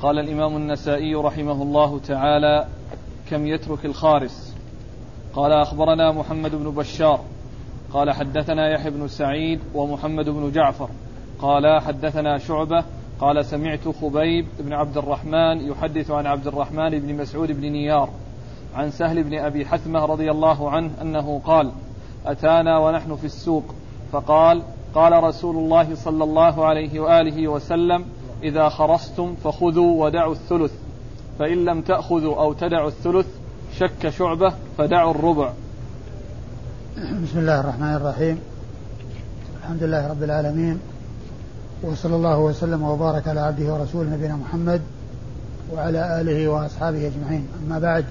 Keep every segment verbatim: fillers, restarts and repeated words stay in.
قال الإمام النسائي رحمه الله تعالى: كم يترك الخارس؟ قال: أخبرنا محمد بن بشار قال حدثنا يحيى بن سعيد ومحمد بن جعفر قال حدثنا شعبة قال سمعت خبيب بن عبد الرحمن يحدث عن عبد الرحمن بن مسعود بن نيار عن سهل بن أبي حثمة رضي الله عنه أنه قال: أتانا ونحن في السوق فقال: قال رسول الله صلى الله عليه وآله وسلم: إذا خرصتم فخذوا ودعوا الثلث، فإن لم تأخذوا أو تدعوا الثلث شك شعبة فدعوا الربع. بسم الله الرحمن الرحيم. الحمد لله رب العالمين، وصلى الله وسلم وبارك على عبده ورسوله نبينا محمد وعلى آله وأصحابه أجمعين. أما بعد،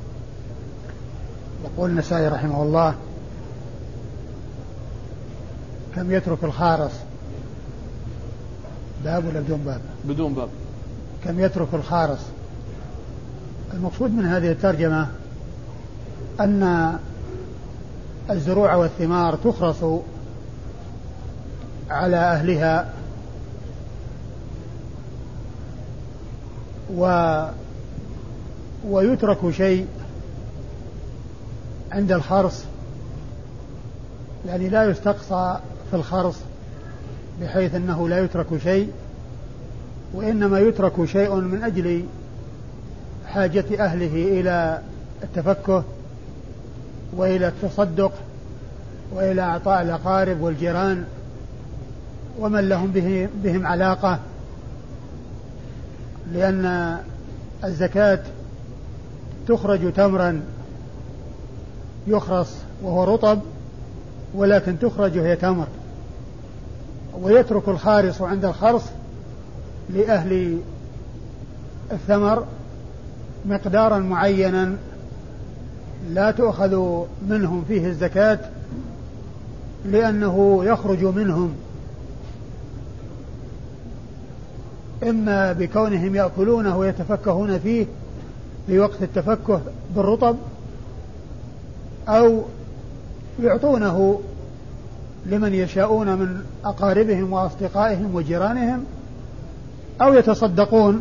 يقول النسائي رحمه الله: كم يترك الخارص؟ باب ولا بدون باب؟ بدون باب. كم يترك الخارص؟ المقصود من هذه الترجمة أن الزروع والثمار تخرص على أهلها و ويترك شيء عند الخرص، يعني لا يستقصى في الخرص بحيث أنه لا يترك شيء، وإنما يترك شيء من أجل حاجة أهله إلى التفكه وإلى التصدق وإلى أعطاء الأقارب والجيران ومن لهم به بهم علاقة، لأن الزكاة تخرج تمرا يخرص وهو رطب، ولكن تخرج هي تمر. ويترك الخارص عند الخرص لأهل الثمر مقدارا معينا لا تؤخذ منهم فيه الزكاة، لأنه يخرج منهم إما بكونهم يأكلونه ويتفكهون فيه في وقت التفكه بالرطب، أو يعطونه لمن يشاءون من أقاربهم وأصدقائهم وجيرانهم، أو يتصدقون.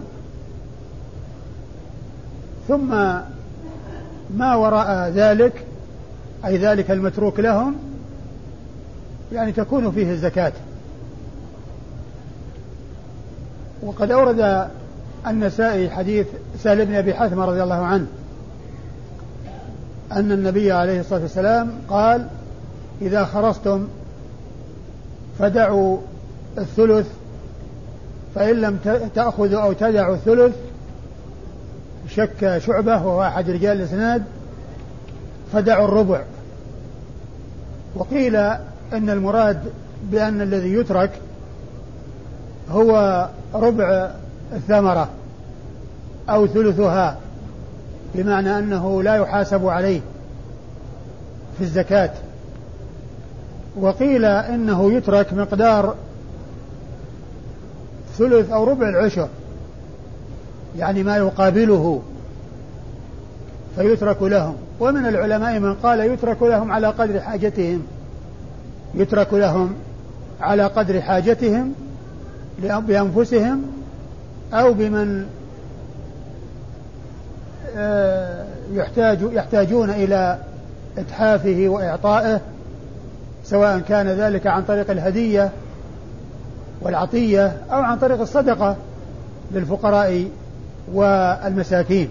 ثم ما وراء ذلك، أي ذلك المتروك لهم، يعني تكون فيه الزكاة. وقد أورد النسائي حديث سهل بن أبي حثمة رضي الله عنه أن النبي عليه الصلاة والسلام قال: إذا خرصتم فدعوا الثلث، فإن لم تأخذوا أو تدعوا الثلث شك شعبة وهو أحد رجال الإسناد فدعوا الربع. وقيل إن المراد بأن الذي يترك هو ربع الثمرة أو ثلثها، بمعنى أنه لا يحاسب عليه في الزكاة. وقيل إنه يترك مقدار ثلث أو ربع العشر، يعني ما يقابله، فيترك لهم. ومن العلماء من قال يترك لهم على قدر حاجتهم، يترك لهم على قدر حاجتهم بأنفسهم أو بمن يحتاج يحتاجون إلى إتحافه وإعطائه، سواء كان ذلك عن طريق الهدية والعطية أو عن طريق الصدقة للفقراء والمساكين.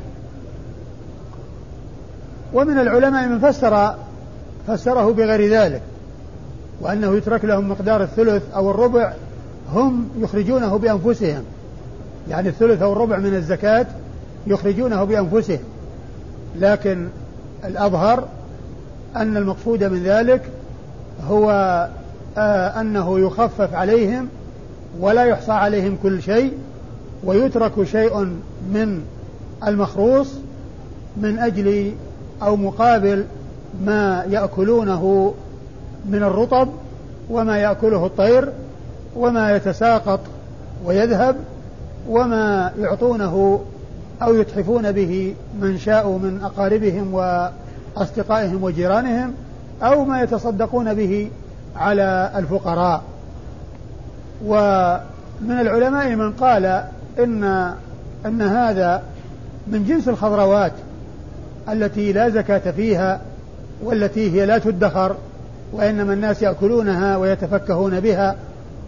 ومن العلماء من فسر فسره بغير ذلك، وأنه يترك لهم مقدار الثلث أو الربع هم يخرجونه بأنفسهم، يعني الثلث أو الربع من الزكاة يخرجونه بأنفسهم. لكن الأظهر أن المقصود من ذلك هو آه أنه يخفف عليهم ولا يحصى عليهم كل شيء، ويترك شيء من المخروص من أجل أو مقابل ما يأكلونه من الرطب وما يأكله الطير وما يتساقط ويذهب، وما يعطونه أو يتحفون به من شاءوا من أقاربهم وأصدقائهم وجيرانهم، أو ما يتصدقون به على الفقراء. ومن العلماء من قال إن أن هذا من جنس الخضروات التي لا زكاة فيها والتي هي لا تدخر، وإنما الناس يأكلونها ويتفكهون بها.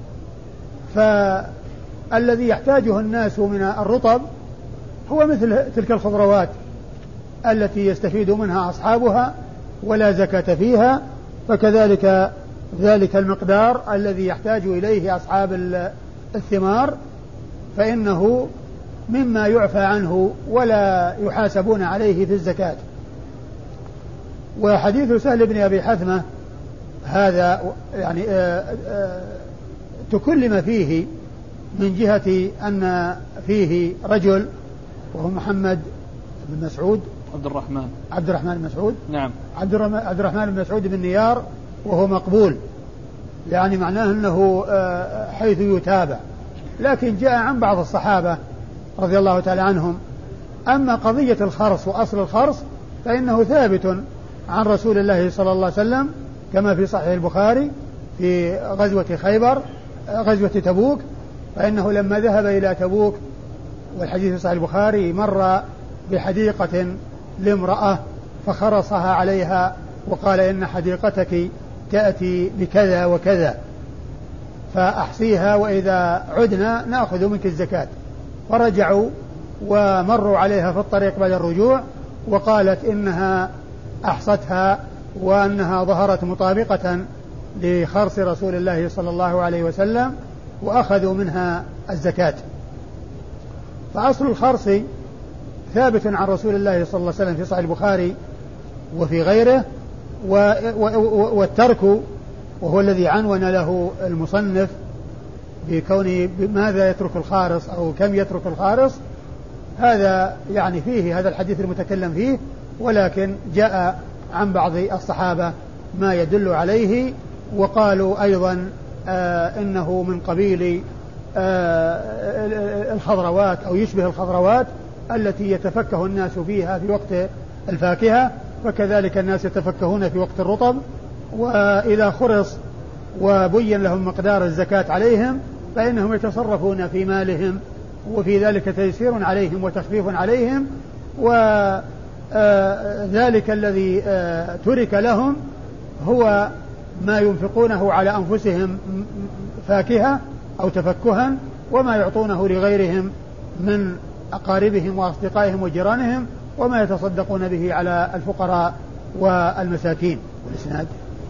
فالذي يحتاجه الناس من الرطب هو مثل تلك الخضروات التي يستفيد منها أصحابها ولا زكاة فيها، فكذلك ذلك المقدار الذي يحتاج إليه أصحاب الثمار فإنه مما يعفى عنه ولا يحاسبون عليه في الزكاة. وحديث سهل بن أبي حثمة هذا يعني آآ آآ تكلم فيه من جهة أن فيه رجل وهو محمد بن مسعود عبد الرحمن عبد الرحمن بن مسعود نعم عبد الرحمن بن مسعود بن نيار وهو مقبول، يعني معناه أنه حيث يتابع، لكن جاء عن بعض الصحابة رضي الله تعالى عنهم. أما قضية الخرص وأصل الخرص فإنه ثابت عن رسول الله صلى الله عليه وسلم كما في صحيح البخاري في غزوة خيبر غزوة تبوك، فإنه لما ذهب إلى تبوك والحديث في صحيح البخاري مر بحديقة لامرأة فخرصها عليها وقال إن حديقتك تأتي بكذا وكذا فأحصيها وإذا عدنا نأخذ منك الزكاة. فرجعوا ومروا عليها في الطريق بعد الرجوع وقالت إنها أحصتها وأنها ظهرت مطابقة لخرص رسول الله صلى الله عليه وسلم وأخذوا منها الزكاة. فأصل الخرص ثابت عن رسول الله صلى الله عليه وسلم في صحيح البخاري وفي غيره، والترك وهو الذي عنون له المصنف بكون ماذا يترك الخارص أو كم يترك الخارص، هذا يعني فيه هذا الحديث المتكلم فيه، ولكن جاء عن بعض الصحابة ما يدل عليه، وقالوا أيضا آه إنه من قبيل آه الخضروات أو يشبه الخضروات التي يتفكه الناس فيها في وقت الفاكهة، فكذلك الناس يتفكهون في وقت الرطب، وإذا خرص وبين لهم مقدار الزكاة عليهم فإنهم يتصرفون في مالهم، وفي ذلك تيسير عليهم وتخفيف عليهم، وذلك الذي ترك لهم هو ما ينفقونه على أنفسهم فاكهة أو تفكها، وما يعطونه لغيرهم من أقاربهم وأصدقائهم وجيرانهم، وما يتصدقون به على الفقراء والمساكين. والإسناد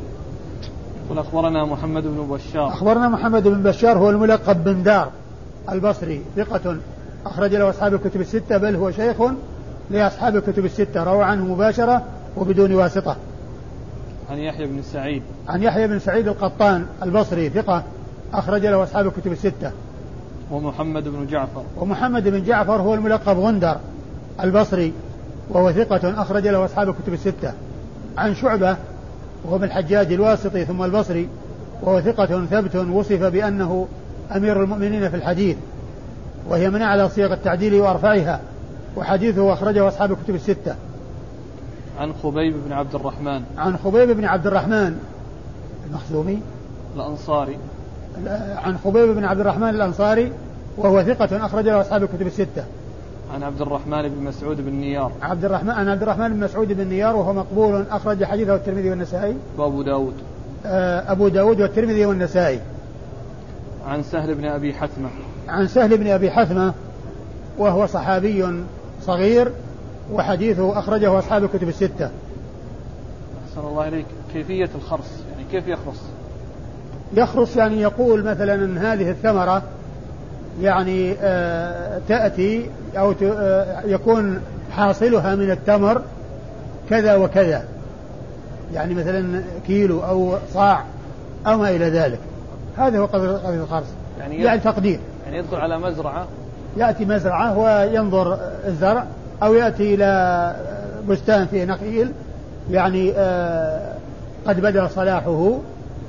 قل أخبرنا محمد بن بشار أخبرنا محمد بن بشار هو الملقب بن دار البصري ثقة أخرج له أصحاب الكتب الستة، بل هو شيخ لأصحاب الكتب الستة، روى عنه مباشرة وبدون واسطة. عن يحيى بن سعيد عن يحيى بن سعيد القطان البصري ثقة أخرج له أصحاب الكتب الستة. ومحمد بن جعفر ومحمد بن جعفر هو الملقب غندر البصري وهو ثقة أخرج له أصحاب الكتب الستة. عن شعبة وهو من الحجاج الواسطي ثم البصري وهو ثقة ثبت وصف بأنه أمير المؤمنين في الحديث، وهي من أعلى صيغ التعديل وأرفعها، وحديثه أخرجه أصحاب الكتب الستة. عن خبيب بن عبد الرحمن عن خبيب بن عبد الرحمن المخزومي الأنصاري عن خبيب بن عبد الرحمن الأنصاري وهو ثقة أخرج له أصحاب الكتب الستة. عن عبد الرحمن بن مسعود بن نيار عبد الرحمن عن عبد الرحمن بن مسعود بن نيار وهو مقبول أخرج حديثه الترمذي والنسائي وأبو داود أبو داود والترمذي والنسائي. عن سهل بن أبي حثمة عن سهل بن أبي حثمة وهو صحابي صغير وحديثه أخرجه أصحاب الكتب الستة. أحسن الله إليك. كيفية الخرص يعني كيف يخرص؟ يخرص يعني يقول مثلا أن هذه الثمرة يعني آه تأتي أو آه يكون حاصلها من التمر كذا وكذا، يعني مثلا كيلو أو صاع أو ما إلى ذلك. هذا هو قضية الخرص، يعني, يعني تقدير، يعني يدخل على مزرعة، يأتي مزرعة وينظر الزرع، أو يأتي إلى بستان فيه نخيل يعني آه قد بدأ صلاحه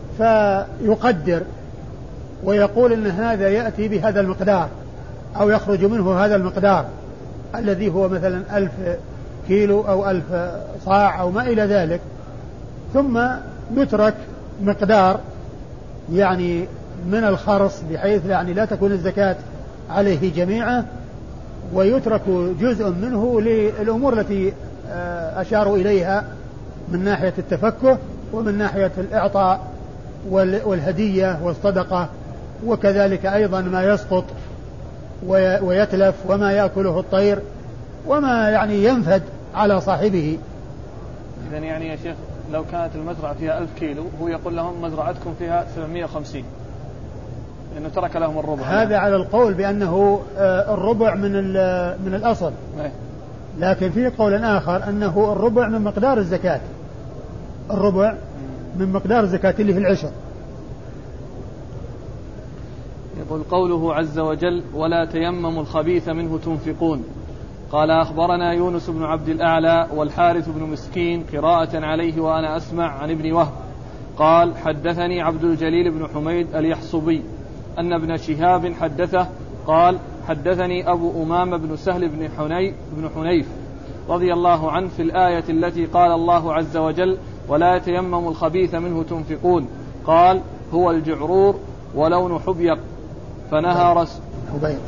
فيقدر ويقول إن هذا يأتي بهذا المقدار أو يخرج منه هذا المقدار الذي هو مثلا ألف كيلو أو ألف صاع أو ما إلى ذلك، ثم يترك مقدار يعني من الخرص بحيث يعني لا تكون الزكاة عليه جميعا، ويترك جزء منه للأمور التي أشاروا إليها من ناحية التفكه ومن ناحية الإعطاء والهدية والصدقة، وكذلك أيضا ما يسقط ويتلف وما يأكله الطير وما يعني ينفد على صاحبه. إذن يعني يا شيخ لو كانت المزرعة فيها ألف كيلو هو يقول لهم مزرعتكم فيها سبعمائة وخمسين لأنه ترك لهم الربع. هذا على القول بأنه الربع من من الأصل، لكن في قول آخر أنه الربع من مقدار الزكاة، الربع من مقدار الزكاة اللي في العشر. يقول قوله عز وجل ولا تيمموا الخبيث منه تنفقون. قال أخبرنا يونس بن عبد الأعلى والحارث بن مسكين قراءة عليه وأنا أسمع عن ابن وهب قال حدثني عبد الجليل بن حميد اليحصبي أن ابن شهاب حدثه قال حدثني أبو أمامة بن سهل بن حنيف, بن حنيف رضي الله عنه في الآية التي قال الله عز وجل ولا يتيمموا الخبيث منه تنفقون قال هو الجعرور ولون حبيق فنهى رسول حبيق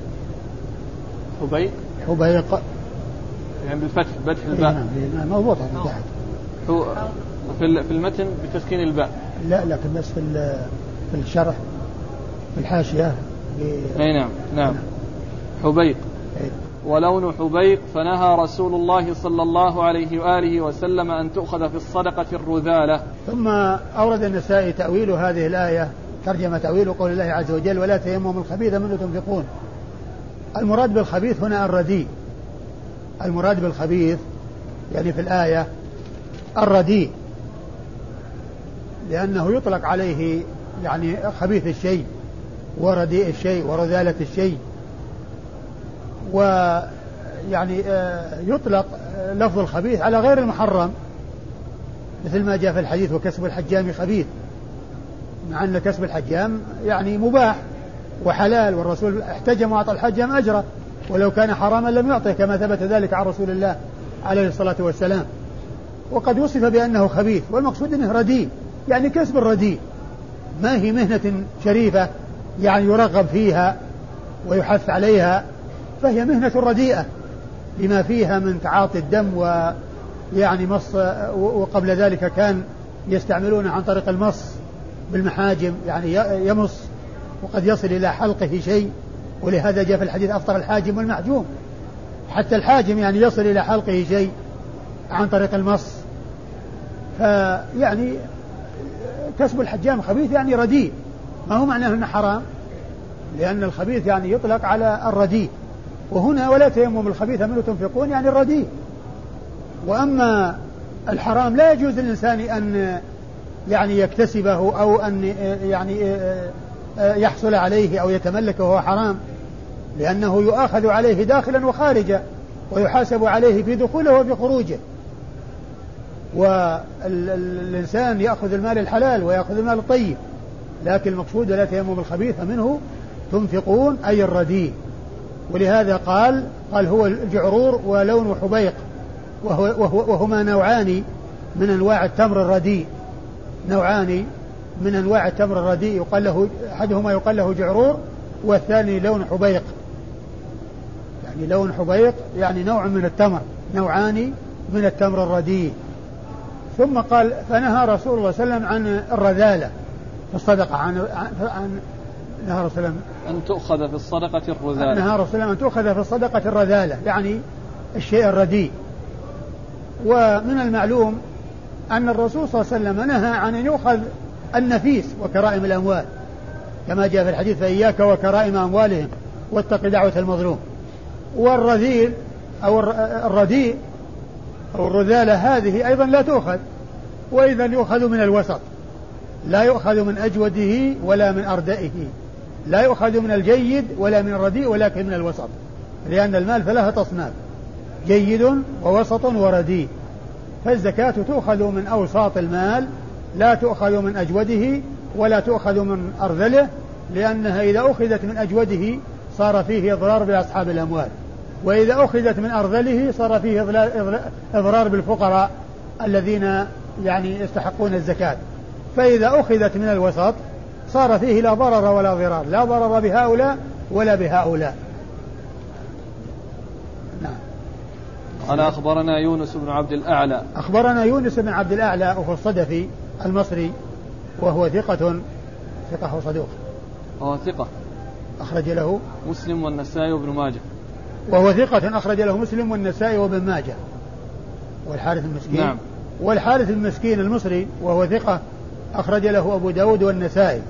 حبيق حبيق يعني بالفتح بفتح الباء موضوع من تحت في المتن بتسكين الباء لا لكن بس في في الشرح في الحاشية اي نعم نعم حبيق ولون حبيق فنهى رسول الله صلى الله عليه وآله وسلم أن تؤخذ في الصدقة الرذالة. ثم أورد النسائي تأويل هذه الآية ترجمة تأويل قول الله عز وجل ولا تيمموا الخبيث منه تنفقون. المراد بالخبيث هنا الرديء، المراد بالخبيث يعني في الآية الرديء، لأنه يطلق عليه يعني خبيث الشيء ورديء الشيء ورذالة الشيء، ويعني يطلق لفظ الخبيث على غير المحرم مثل ما جاء في الحديث وكسب الحجام خبيث، مع أن كسب الحجام يعني مباح وحلال، والرسول احتجم وأعطى الحجام أجره ولو كان حراما لم يعطه كما ثبت ذلك عن رسول الله عليه الصلاة والسلام. وقد وصف بأنه خبيث والمقصود أنه رديء، يعني كسب الرديء، ما هي مهنة شريفة يعني يرغب فيها ويحث عليها، فهي مهنة رديئة لما فيها من تعاطي الدم ويعني مص، وقبل ذلك كان يستعملون عن طريق المص بالمحاجم يعني يمص وقد يصل إلى حلقه شيء، ولهذا جاء في الحديث أفطر الحاجم والمحجوم، حتى الحاجم يعني يصل إلى حلقه شيء عن طريق المص. فيعني كسب الحجام خبيث يعني رديء، ما هو معناه أنه حرام، لأن الخبيث يعني يطلق على الرديء، وهنا ولا تيمموا الخبيث منه تنفقون يعني الرديء. وأما الحرام لا يجوز للإنسان أن يعني يكتسبه أو أن يعني يحصل عليه أو يتملكه وهو حرام، لأنه يؤاخذ عليه داخلا وخارجا ويحاسب عليه في دخوله وفي خروجه. والإنسان يأخذ المال الحلال ويأخذ المال الطيب، لكن المقصود لا تيمموا الخبيث منه تنفقون أي الرديء. ولهذا قال قال هو الجعرور ولون حبيق، وهو وهو وهما نوعان من أنواع التمر الرديء، نوعان من أنواع التمر الرديء، يقال له أحدهما يقال له جعرور والثاني لون حبيق، يعني لون حبيق يعني نوع من التمر، نوعان من التمر الرديء. ثم قال فنهى رسول الله صلى الله عليه وسلم عن الرذالة في الصدقة، عن, عن نهى رسول الله أن تؤخذ في الصدقة الرذالة، نهى رسول الله أن تؤخذ في الصدقة الرذالة يعني الشيء الرديء. ومن المعلوم أن الرسول صلى الله عليه وسلم نهى عن أن يؤخذ النفيس وكرائم الأموال كما جاء في الحديث فإياك وكرائم أموالهم واتق دعوة المظلوم. والرذيل أو الرديء أو الرذالة هذه أيضا لا تؤخذ، وإذا يؤخذ من الوسط، لا يؤخذ من أجوده ولا من أردئه، لا يؤخذ من الجيد ولا من الرديء ولكن من الوسط، لأن المال ثلاثة أصناف جيد ووسط ورديء، فالزكاة تؤخذ من أوساط المال لا تؤخذ من أجوده ولا تؤخذ من أرذله، لأنها إذا أخذت من أجوده صار فيه إضرار بأصحاب الأموال، وإذا أخذت من أرذله صار فيه إضرار بالفقراء الذين يعني يستحقون الزكاة. فإذا أخذت من الوسط صار فيه لا ضرر ولا ضرار، لا ضرر بهؤلاء ولا بهؤلاء. نعم. قال أخبرنا يونس بن عبد الأعلى. أخبرنا يونس بن عبد الأعلى وهو الصدفي المصري وهو ثقة ثقة وصدوق. وهو ثقة أخرج له مسلم والنسائي وابن ماجه. وهو ثقة أخرج له مسلم والنسائي وابن ماجه. والحارث المسكين. نعم. والحارث المسكين المصري وهو ثقة أخرج له أبو داود والنسائي.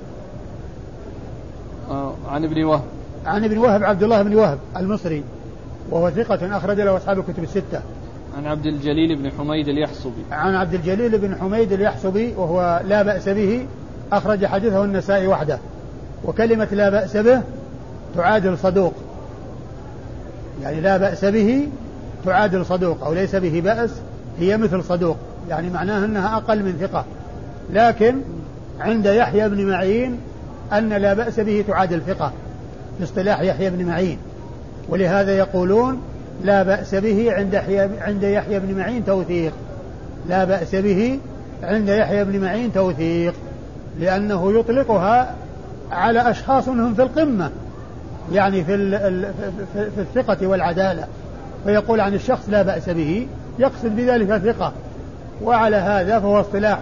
آه عن ابن وهب. عن ابن وهب عبد الله بن وهب المصري وهو ثقة أخرج له أصحاب الكتب الستة. عن عبد الجليل بن حميد اليحصبي. عن عبد الجليل بن حميد اليحصبي وهو لا بأس به أخرج حديثه النسائي وحده. وكلمة لا بأس به تعادل صدوق، يعني لا بأس به تعادل صدوق أو ليس به بأس هي مثل صدوق، يعني معناها أنها أقل من ثقة. لكن عند يحيى بن معين أن لا بأس به تعادل ثقة في اصطلاح يحيى بن معين، ولهذا يقولون لا بأس به عند عند يحيى بن معين توثيق. لا بأس به عند يحيى بن معين توثيق لأنه يطلقها على أشخاص هم في القمة، يعني في, في الثقة والعدالة، فيقول عن الشخص لا بأس به يقصد بذلك ثقة. وعلى هذا فهو اصطلاح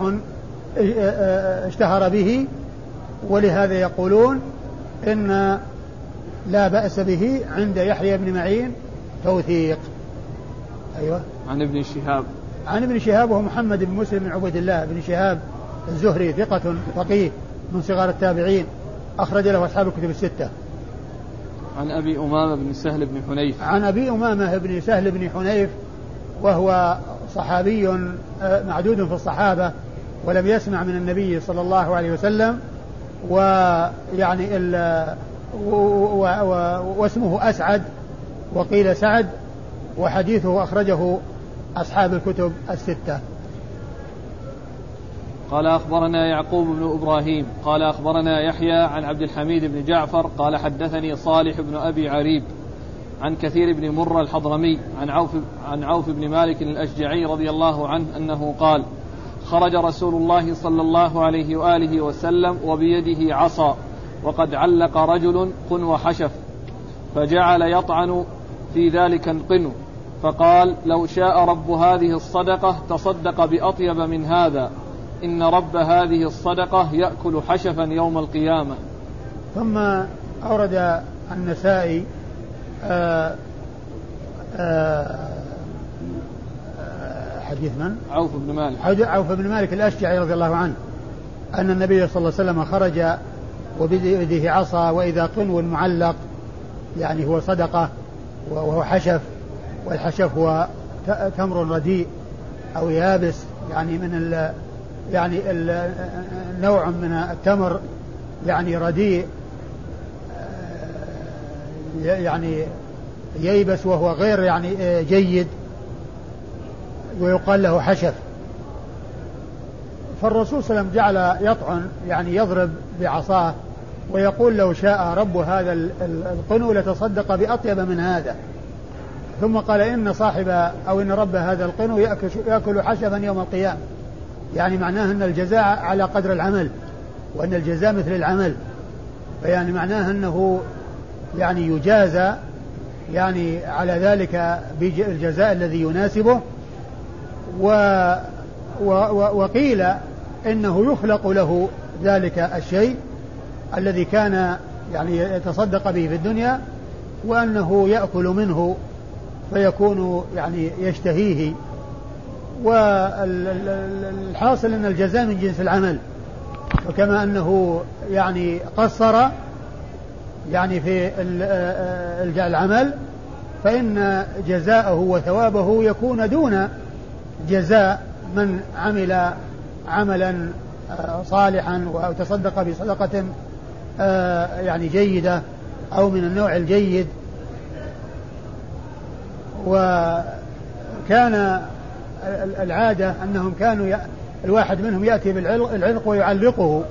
اشتهر به، ولهذا يقولون إن لا بأس به عند يحيى بن معين توثيق. أيوة. عن ابن شهاب. عن ابن شهاب وهو محمد بن مسلم بن عبيد الله بن شهاب الزهري ثقة فقيه من صغار التابعين أخرج له أصحاب الكتب الستة. عن أبي أمامة بن سهل بن حنيف. عن أبي أمامة بن سهل بن حنيف وهو صحابي معدود في الصحابة ولم يسمع من النبي صلى الله عليه وسلم، ويعني واسمه أسعد وقيل سعد، وحديثه أخرجه أصحاب الكتب الستة. قال أخبرنا يعقوب بن إبراهيم قال أخبرنا يحيى عن عبد الحميد بن جعفر قال حدثني صالح بن أبي عريب عن كثير بن مرة الحضرمي عن عوف, عن عوف بن مالك الأشجعي رضي الله عنه أنه قال خرج رسول الله صلى الله عليه وآله وسلم وبيده عصا وقد علق رجل قنو حشف فجعل يطعن في ذلك القنو فقال لو شاء رب هذه الصدقة تصدق بأطيب من هذا، إن رب هذه الصدقة يأكل حشفا يوم القيامة. ثم أورد النسائي آآ آآ حديث من؟ عوف بن مالك. عوف بن مالك الأشجعي رضي الله عنه أن النبي صلى الله عليه وسلم خرج وبيده عصا وإذا قنو معلق، يعني هو صدقة وهو حشف، والحشف هو تمر رديء أو يابس، يعني من ال يعني ال نوع من التمر يعني رديء، يعني ييبس وهو غير يعني جيد، ويقال له حشف. فالرسول صلى الله عليه وسلم جعل يطعن يعني يضرب بعصاه ويقول لو شاء رب هذا القنو لتصدق بأطيب من هذا، ثم قال إن صاحب أو إن رب هذا القنو يأكل حشفا يوم القيامة، يعني معناه أن الجزاء على قدر العمل وأن الجزاء مثل العمل، فيعني معناه أنه يعني يجازى يعني على ذلك بالجزاء الذي يناسبه. و و وقيل إنه يخلق له ذلك الشيء الذي كان يعني يتصدق به في الدنيا، وأنه يأكل منه فيكون يعني يشتهيه. والحاصل أن الجزاء من جنس العمل، وكما أنه يعني قصر يعني في العمل فإن جزاءه وثوابه يكون دون جزاء من عمل عملا صالحا وتصدق بصدقة يعني جيدة أو من النوع الجيد. وكان العادة أنهم كانوا الواحد منهم يأتي بالعنق ويعلقه،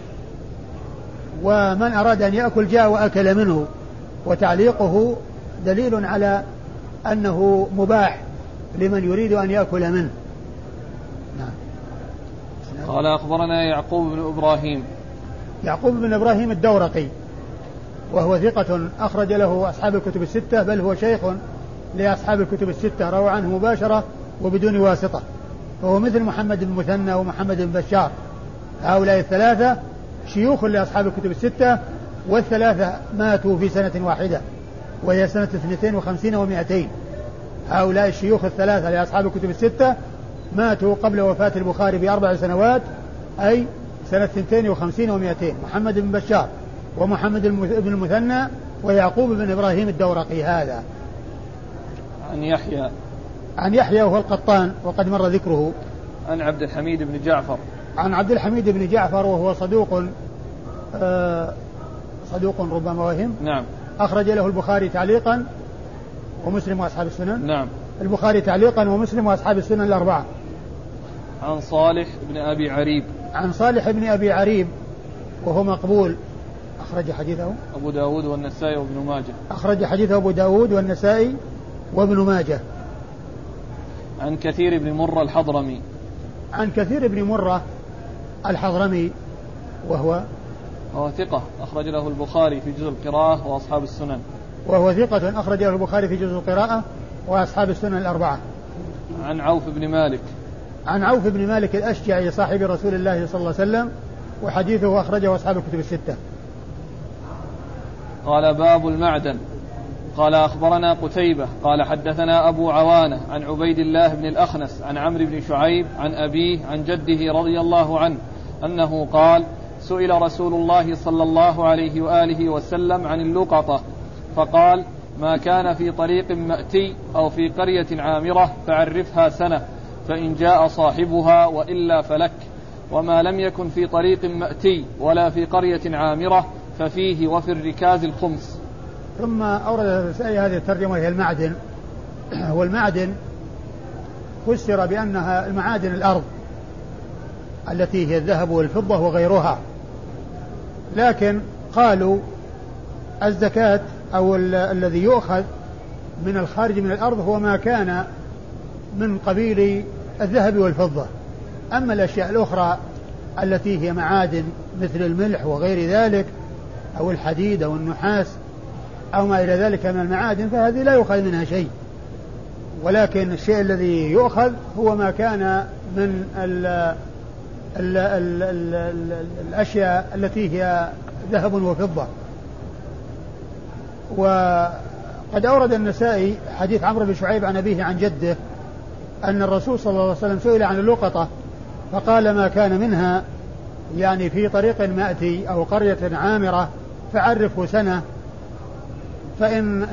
ومن أراد أن يأكل جاء وأكل منه، وتعليقه دليل على أنه مباح لمن يريد أن يأكل منه. نعم. قال أخبرنا يعقوب بن إبراهيم. يعقوب بن إبراهيم الدورقي وهو ثقة أخرج له أصحاب الكتب الستة، بل هو شيخ لأصحاب الكتب الستة رووا عنه مباشرة وبدون واسطة، فهو مثل محمد بن مثنى ومحمد بن بشار. هؤلاء الثلاثة شيوخ لأصحاب الكتب الستة، والثلاثة ماتوا في سنة واحدة وهي سنة اثنتين وخمسين ومائتين. هؤلاء الشيوخ الثلاثة لأصحاب الكتب الستة ماتوا قبل وفاة البخاري بأربع سنوات، أي سنة اثنتين وخمسين ومائتين، محمد بن بشار ومحمد بن المثنى ويعقوب بن إبراهيم الدورقي. هذا عن يحيى عن يحيى وهو القطان وقد مر ذكره. عن عبد الحميد بن جعفر عن عبد الحميد بن جعفر وهو صدوق آه صدوق ربما وهم. نعم. أخرج له البخاري تعليقا ومسلم وأصحاب السنن. نعم. البخاري تعليقا ومسلم وأصحاب السنن الأربعة. عن صالح بن أبي عريب عن صالح بن أبي عريب وهو مقبول، أخرج حديثه أبو داود والنسائي وابن ماجه. أخرج حديثه أبو داود والنسائي وابن ماجه. عن كثير بن مرة الحضرمي عن كثير بن مرة الحضرمي وهو وهو ثقة أخرج له البخاري في جزء القراءة وأصحاب السنن. وهو ثقة أخرج له البخاري في جزء القراءة وأصحاب السنن الأربعة. عن عوف بن مالك عن عوف بن مالك الأشجعي صاحب رسول الله صلى الله عليه وسلم، وحديثه أخرجه أصحاب الكتب الستة. قال باب المعدن. قال أخبرنا قتيبة قال حدثنا أبو عوانة عن عبيد الله بن الأخنس عن عمرو بن شعيب عن أبيه عن جده رضي الله عنه أنه قال سئل رسول الله صلى الله عليه وآله وسلم عن اللقطة فقال ما كان في طريق مأتي أو في قرية عامرة فعرفها سنة فإن جاء صاحبها وإلا فلك، وما لم يكن في طريق مأتي ولا في قرية عامرة ففيه وفي الركاز الخمس. ثم أورد هذه الترجمة هي المعدن. والمعدن فسر بأنها المعادن الأرض التي هي الذهب والفضة وغيرها، لكن قالوا الزكاة أو الذي يؤخذ من الخارج من الأرض هو ما كان من قبيل الذهب والفضة. أما الأشياء الأخرى التي هي معادن مثل الملح وغير ذلك أو الحديد أو النحاس أو ما إلى ذلك من المعادن فهذه لا يؤخذ منها شيء، ولكن الشيء الذي يؤخذ هو ما كان من ال ال ال ال ال الأشياء التي هي ذهب وفضة. وقد أورد النسائي حديث عمرو بن شعيب عن أبيه عن جده أن الرسول صلى الله عليه وسلم سئل عن اللقطة فقال ما كان منها يعني في طريق مأتي أو قرية عامرة فعرفه سنة، فإن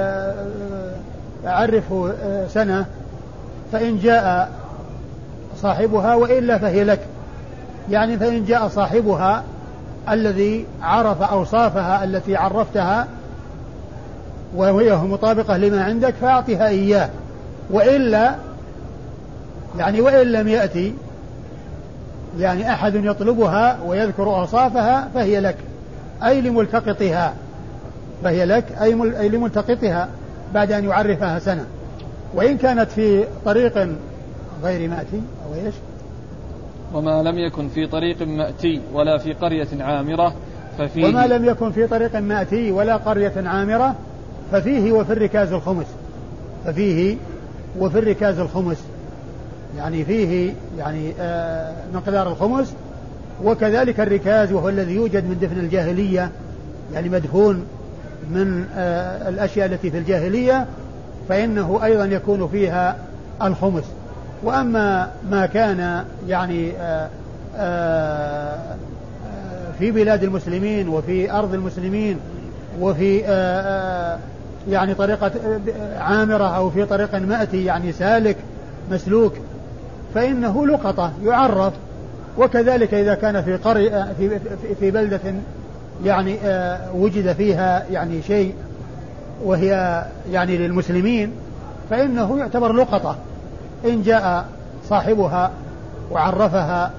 أعرفه سنة فإن جاء صاحبها وإلا فهي لك، يعني فإن جاء صاحبها الذي عرف أوصافها التي عرفتها وهي مطابقة لما عندك فأعطها إياه، وإلا يعني وإن لم يأتي يعني أحد يطلبها ويذكر أوصافها فهي لك أي لملتقطها، فهي لك أي لملتقطها بعد أن يعرفها سنة. وإن كانت في طريق غير مأتي أو إيش وما لم يكن في طريق مأتي ولا في قرية عامرة ففيه وما لم يكن في طريق مأتي ولا قرية عامرة ففيه وفي الركاز الخمس ففيه وفي الركاز الخمس يعني فيه يعني آه مقدار الخمس، وكذلك الركاز وهو الذي يوجد من دفن الجاهلية يعني مدفون من آه الأشياء التي في الجاهلية فإنه أيضا يكون فيها الخمس. وأما ما كان يعني آآ آآ في بلاد المسلمين وفي أرض المسلمين وفي آآ يعني طريقة عامرة أو في طريق مأتي يعني سالك مسلوك فإنه لقطة يعرف. وكذلك إذا كان في قرية في, في بلدة يعني وجد فيها يعني شيء وهي يعني للمسلمين فإنه يعتبر لقطة إن جاء صاحبها وعرفها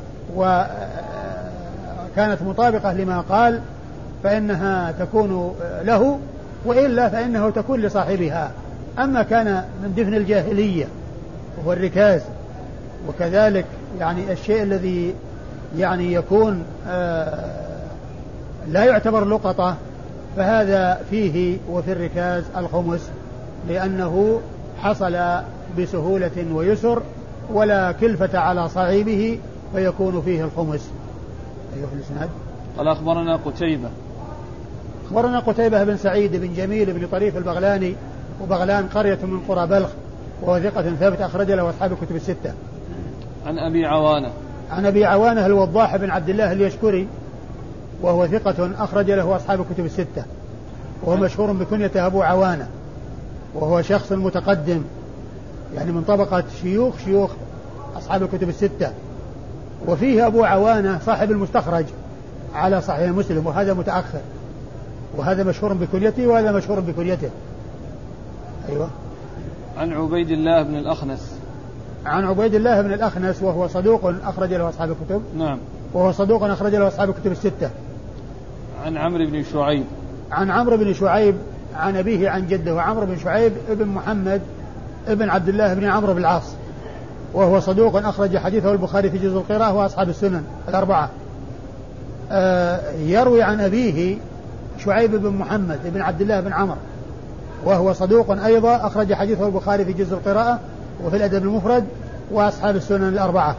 وكانت مطابقة لما قال فإنها تكون له، وإلا فإنه تكون لصاحبها. أما كان من دفن الجاهلية وهو الركاز وكذلك يعني الشيء الذي يعني يكون لا يعتبر لقطة فهذا فيه وفي الركاز الخمس لأنه حصل بسهولة ويسر ولا كلفة على صاحبه فيكون فيه الخمس. أيها الإسناد. قال أخبرنا قتيبة أخبرنا قتيبة بن سعيد بن جميل بن طريف البغلاني، وبغلان قرية من قرى بلخ، وهو ثقة ثابت أخرج له أصحاب الكتب الستة. عن أبي عوانة عن أبي عوانة الوضاح بن عبد الله اليشكري، وهو ثقة أخرج له أصحاب الكتب الستة، وهو مشهور بكنيته أبو عوانة، وهو شخص متقدم يعني من طبقة شيوخ شيوخ أصحاب الكتب الستة. وفيه أبو عوانة صاحب المستخرج على صحيح مسلم، وهذا متأخر، وهذا مشهور بكنيته وهذا مشهور بكنيته. أيوة. عن عبيد الله بن الأخنس عن عبيد الله بن الأخنس، وهو صدوق أخرج له أصحاب الكتب. نعم. وهو صدوق أخرج له أصحاب الكتب الستة. عن عمرو بن شعيب عن عمرو بن شعيب عن أبيه عن جده، وعمرو بن شعيب ابن محمد ابن عبد الله بن عمرو بن العاص، وهو صدوق أخرج حديثه البخاري في جزء القراءة وأصحاب السنن الأربعة. آه يروي عن أبيه شعيب بن محمد بن عبد الله بن عمرو، وهو صدوق أيضا أخرج حديثه البخاري في جزء القراءة وفي الأدب المفرد وأصحاب السنن الأربعة.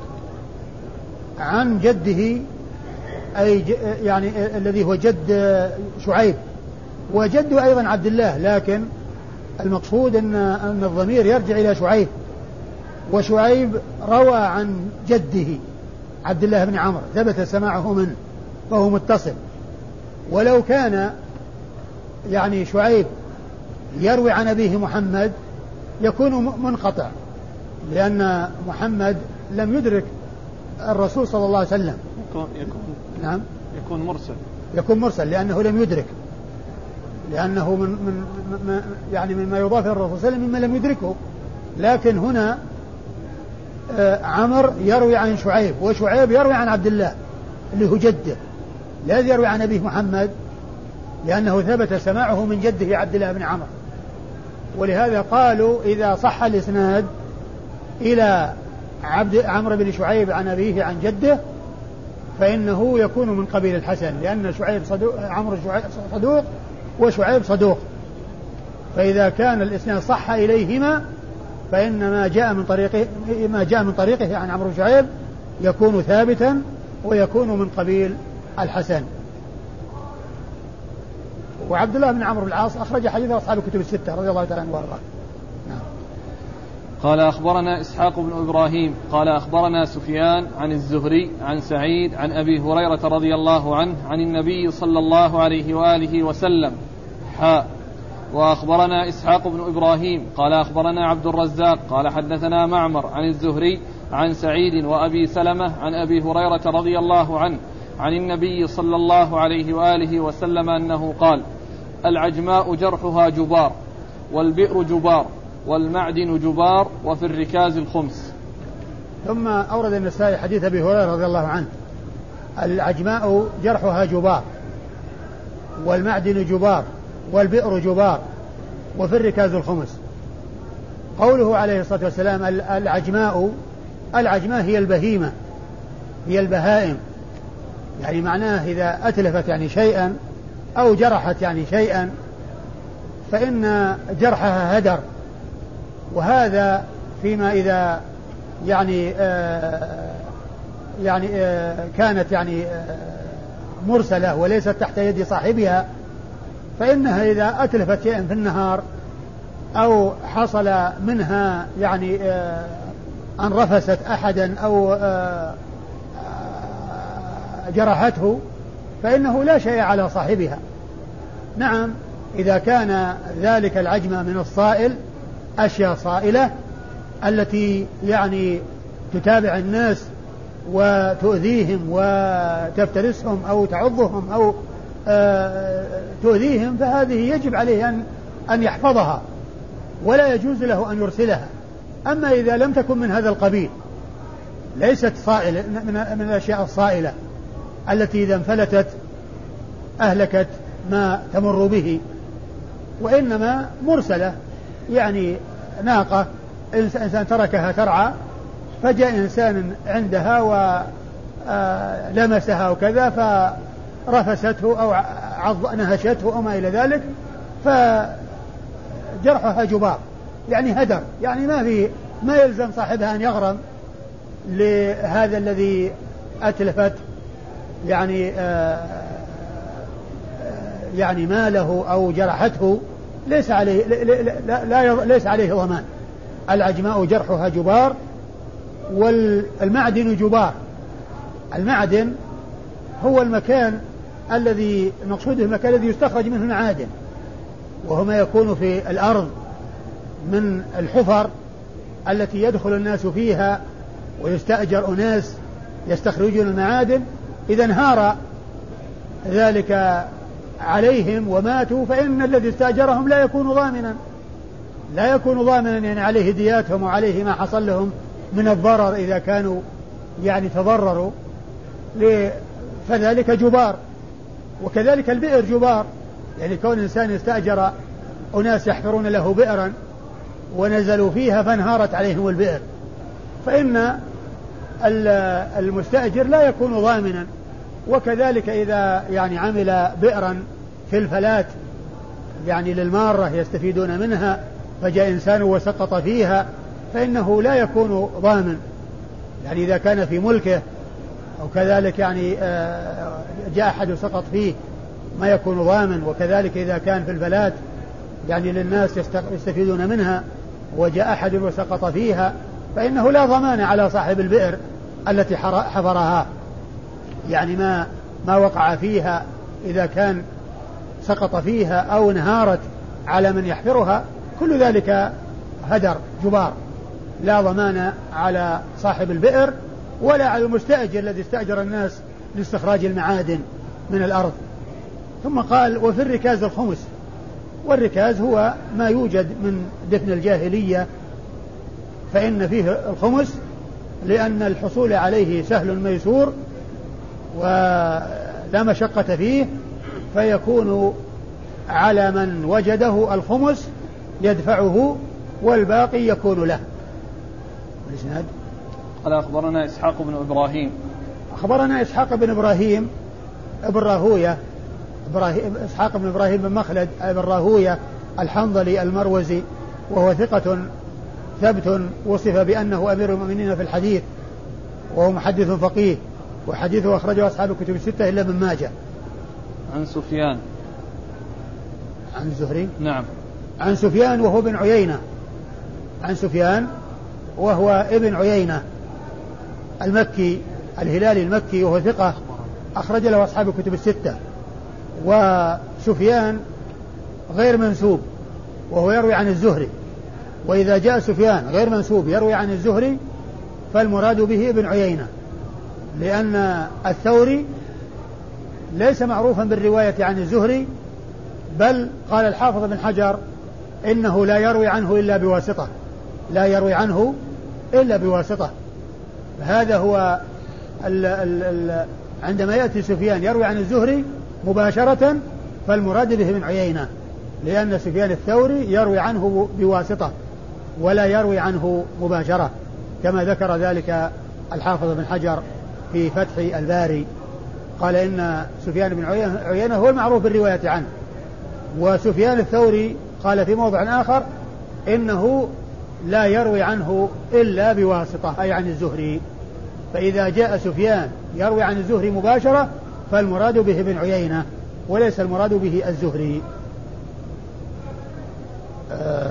عن جده أي يعني الذي هو جد شعيب، وجده أيضا عبد الله، لكن المقصود أن أن الضمير يرجع إلى شعيب، وشعيب روى عن جده عبد الله بن عمرو ثبت سماعه منه فهو متصل. ولو كان يعني شعيب يروي عن أبيه محمد يكون منقطع، لأن محمد لم يدرك الرسول صلى الله عليه وسلم. يكون, يكون نعم يكون مرسل يكون مرسل لأنه لم يدرك، لأنه من, من, من يعني مما يضاف إلى الرسول صلى الله عليه وسلم مما لم يدركه. لكن هنا آه عمر يروي عن شعيب، وشعيب يروي عن عبد الله اللي هو جده، لا يروي عن أبيه محمد لأنه ثبت سماعه من جده عبد الله بن عمرو. ولهذا قالوا إذا صح الإسناد إلى عبد عمرو بن شعيب عن أبيه عن جده فإنه يكون من قبيل الحسن، لأن شعيب صدوق عمرو صدوق وشعيب صدوق، فإذا كان الإسناد صح إليهما فإن ما جاء من طريقه ما جاء من طريقه عن عمرو بن شعيب يكون ثابتا ويكون من قبيل الحسن. وعبد الله بن عمرو بن العاص أخرج حديث أصحاب الكتب الستة رضي الله تعالى عنه وارضاه. نعم. قال أخبرنا إسحاق بن إبراهيم قال أخبرنا سفيان عن الزهري عن سعيد عن أبي هريرة رضي الله عنه عن النبي صلى الله عليه وآله وسلم حاء. وأخبرنا إسحاق بن إبراهيم قال أخبرنا عبد الرزاق قال حدثنا معمر عن الزهري عن سعيد وأبي سلمة عن أبي هريرة رضي الله عنه عن النبي صلى الله عليه وآله وسلم أنه قال: العجماء جرحها جبار، والبئر جبار، والمعدن جبار، وفي الركاز الخمس. ثم أورد النسائي حديث أبي هريرة رضي الله عنه: العجماء جرحها جبار، والمعدن جبار، والبئر جبار، وفي الركاز الخمس. قوله عليه الصلاة والسلام العجماء، العجماء هي البهيمة، هي البهائم، يعني معناه إذا أتلفت يعني شيئا أو جرحت يعني شيئا فإن جرحها هدر. وهذا فيما إذا يعني آه يعني آه كانت يعني آه مرسلة وليست تحت يد صاحبها، فإنها إذا أتلفت شيئا في النهار أو حصل منها يعني آه أن رفست أحدا أو آه جرحته فإنه لا شيء على صاحبها. نعم إذا كان ذلك العجمة من الصائل، أشياء صائلة التي يعني تتابع الناس وتؤذيهم وتفترسهم أو تعضهم أو آه تؤذيهم، فهذه يجب عليه أن, أن يحفظها ولا يجوز له أن يرسلها. أما إذا لم تكن من هذا القبيل، ليست صائلة من الأشياء الصائلة التي إذا انفلتت أهلكت ما تمر به، وإنما مرسلة، يعني ناقة إنسان تركها ترعى فجاء إنسان عندها ولمسها وكذا فرفسته أو نهشته أو ما إلى ذلك، فجاء جرحها جبار، يعني هدر، يعني ما في ما يلزم صاحبها أن يغرم لهذا الذي أتلفت يعني آآ يعني ماله أو جرحته، ليس عليه لا لا ليس عليه ضمان. العجماء جرحها جبار، والمعدن جبار. المعدن هو المكان الذي مقصوده المكان الذي يستخرج منه المعادن، وهو ما يكون في الأرض من الحفر التي يدخل الناس فيها ويستأجر أناس يستخرجون المعادن. إذا انهار ذلك عليهم وماتوا فإن الذي استأجرهم لا يكون ضامنا لا يكون ضامنا يعني عليه دياتهم وعليه ما حصل لهم من الضرر إذا كانوا يعني تضرروا، فذلك جبار. وكذلك البئر جبار، يعني كون إنسان استأجر أناس يحفرون له بئرا ونزلوا فيها فانهارت عليهم البئر، فإن المستأجر لا يكون ضامنا. وكذلك إذا يعني عمل بئرا في الفلات يعني للمارة يستفيدون منها فجاء إنسان وسقط فيها فإنه لا يكون ضامن، يعني إذا كان في ملكه أو كذلك يعني جاء أحد وسقط فيه ما يكون ضامن. وكذلك إذا كان في الفلات يعني للناس يستفيدون منها وجاء أحد وسقط فيها فإنه لا ضمان على صاحب البئر التي حفرها، يعني ما ما وقع فيها إذا كان سقط فيها أو انهارت على من يحفرها، كل ذلك هدر جبار، لا ضمان على صاحب البئر ولا على المستأجر الذي استأجر الناس لاستخراج المعادن من الأرض. ثم قال وفي الركاز الخمس، والركاز هو ما يوجد من دفن الجاهلية فإن فيه الخمس لأن الحصول عليه سهل ميسور ولا مشقة فيه، فيكون على من وجده الخمس يدفعه والباقي يكون له. الإسناد قال أخبرنا إسحاق بن إبراهيم أخبرنا إسحاق بن إبراهيم ابن راهوية إبراهيم إسحاق بن إبراهيم بن مخلد ابن راهوية الحنظلي المروزي، وهو ثقة ثبت وصف بأنه أمير المؤمنين في الحديث، وهو محدث فقيه، وحديثه أخرجه أصحاب الكتب الستة إلا ابن ماجه. عن سفيان عن الزهري نعم عن سفيان وهو ابن عيينة عن سفيان وهو ابن عيينة المكي الهلالي المكي، وهو ثقة أخرج له أصحاب الكتب الستة. وسفيان غير منسوب وهو يروي عن الزهري، وإذا جاء سفيان غير منسوب يروي عن الزهري فالمراد به ابن عيينة، لأن الثوري ليس معروفا بالرواية عن الزهري، بل قال الحافظ بن حجر إنه لا يروي عنه إلا بواسطة لا يروي عنه إلا بواسطة. هذا هو ال ال ال عندما يأتي سفيان يروي عن الزهري مباشرة فالمراد به ابن عيينة، لأن سفيان الثوري يروي عنه بواسطة ولا يروي عنه مباشرة، كما ذكر ذلك الحافظ بن حجر في فتح الباري، قال إن سفيان بن عيينة هو المعروف بالرواية عنه. وسفيان الثوري قال في موضع آخر إنه لا يروي عنه إلا بواسطة أي عن الزهري. فإذا جاء سفيان يروي عن الزهري مباشرة فالمراد به ابن عيينة وليس المراد به الزهري. آه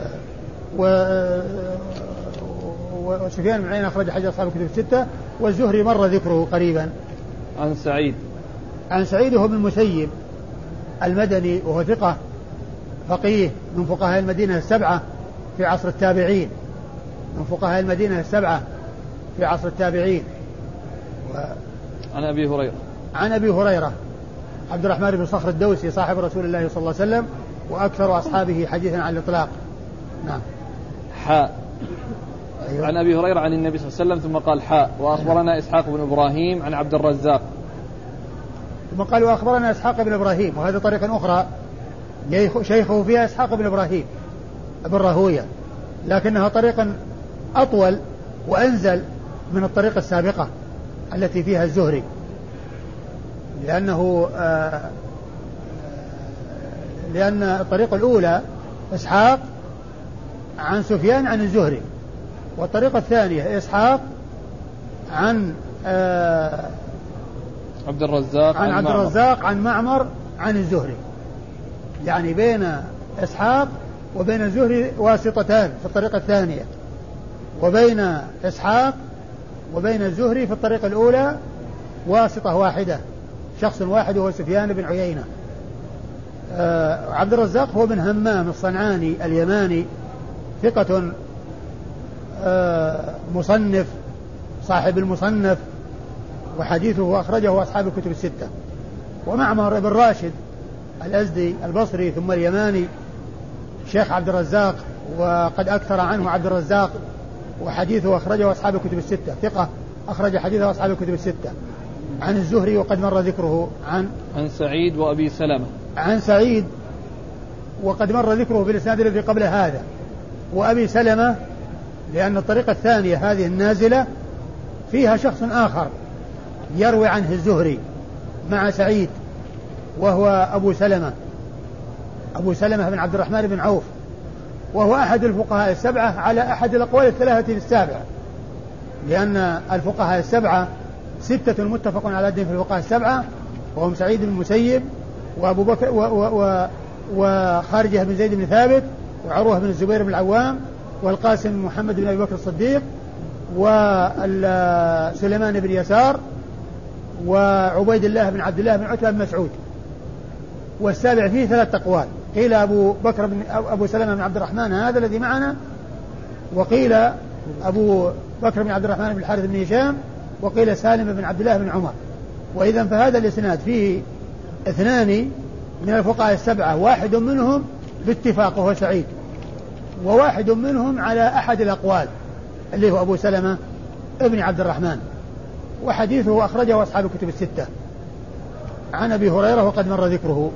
وسفيان بن عيينة أخرج حديث أصحاب الكتب الستة، والزهري مر ذكره قريبا. عن سعيد عن سعيد هو بن المسيب المدني، وهو ثقة فقيه من فقهاء المدينة السبعة في عصر التابعين من فقهاء المدينة السبعة في عصر التابعين. و... عن أبي هريرة عن أبي هريرة عبد الرحمن بن صخر الدوسي صاحب رسول الله صلى الله عليه وسلم وأكثر أصحابه حديثا على الإطلاق. نعم. حاء أيوة. عن أبي هريرة عن النبي صلى الله عليه وسلم ثم قال حاء وأخبرنا إسحاق بن إبراهيم عن عبد الرزاق ثم قال وأخبرنا إسحاق بن إبراهيم، وهذا طريقة أخرى شيخه فيها إسحاق بن إبراهيم ابن راهوية، لكنها طريقا أطول وأنزل من الطريقة السابقة التي فيها الزهري، لأنه آه لأن الطريقة الأولى إسحاق عن سفيان عن الزهري. والطريقة الثانية إسحاق عن آه عبد الرزاق عن, عن عبد الرزاق عن معمر عن الزهري. يعني بين إسحاق وبين الزهري واسطتان في الطريقة الثانية، وبين إسحاق وبين الزهري في الطريقة الأولى واسطة واحدة، شخص واحد وهو سفيان بن عيينة. آه عبد الرزاق هو بن همام الصنعاني اليماني، ثقة آه مصنف صاحب المصنف، وحديثه أخرجه أصحاب الكتب الستة. ومعمر بن راشد الأزدي البصري ثم اليماني شيخ عبد الرزاق، وقد أكثر عنه عبد الرزاق، وحديثه أخرجه أصحاب الكتب الستة، ثقة أخرج حديثه أصحاب الكتب الستة. عن الزهري وقد مر ذكره عن عن سعيد وأبي سلمة عن سعيد وقد مر ذكره بالإسناد الذي قبل هذا، وأبي سلمة، لأن الطريقة الثانية هذه النازلة فيها شخص آخر يروي عنه الزهري مع سعيد، وهو أبو سلمة أبو سلمة بن عبد الرحمن بن عوف، وهو أحد الفقهاء السبعة على أحد الأقوال الثلاثة في السابع، لأن الفقهاء السبعة ستة متفق على عدهم في الفقهاء السبعة، وهم سعيد بن المسيب وأبو بكر و و و وخارجة بن زيد بن ثابت وعروة بن الزبير بن العوام والقاسم بن محمد بن أبي بكر الصديق وسليمان بن يسار وعبيد الله بن عبد الله بن عتبة بن مسعود. والسابع فيه ثلاث أقوال، قيل أبو بكر بن أبو سلمة بن عبد الرحمن هذا الذي معنا، وقيل أبو بكر بن عبد الرحمن بن الحارث بن هشام، وقيل سالم بن عبد الله بن عمر. وإذا فهذا الإسناد فيه اثنان من الفقهاء السبعة، واحد منهم باتفاق وهو سعيد، وواحد منهم على أحد الأقوال اللي هو أبو سلمة ابن عبد الرحمن، وحديثه أخرجه أصحاب الكتب الستة. عن أبي هريرة وقد مر ذكره.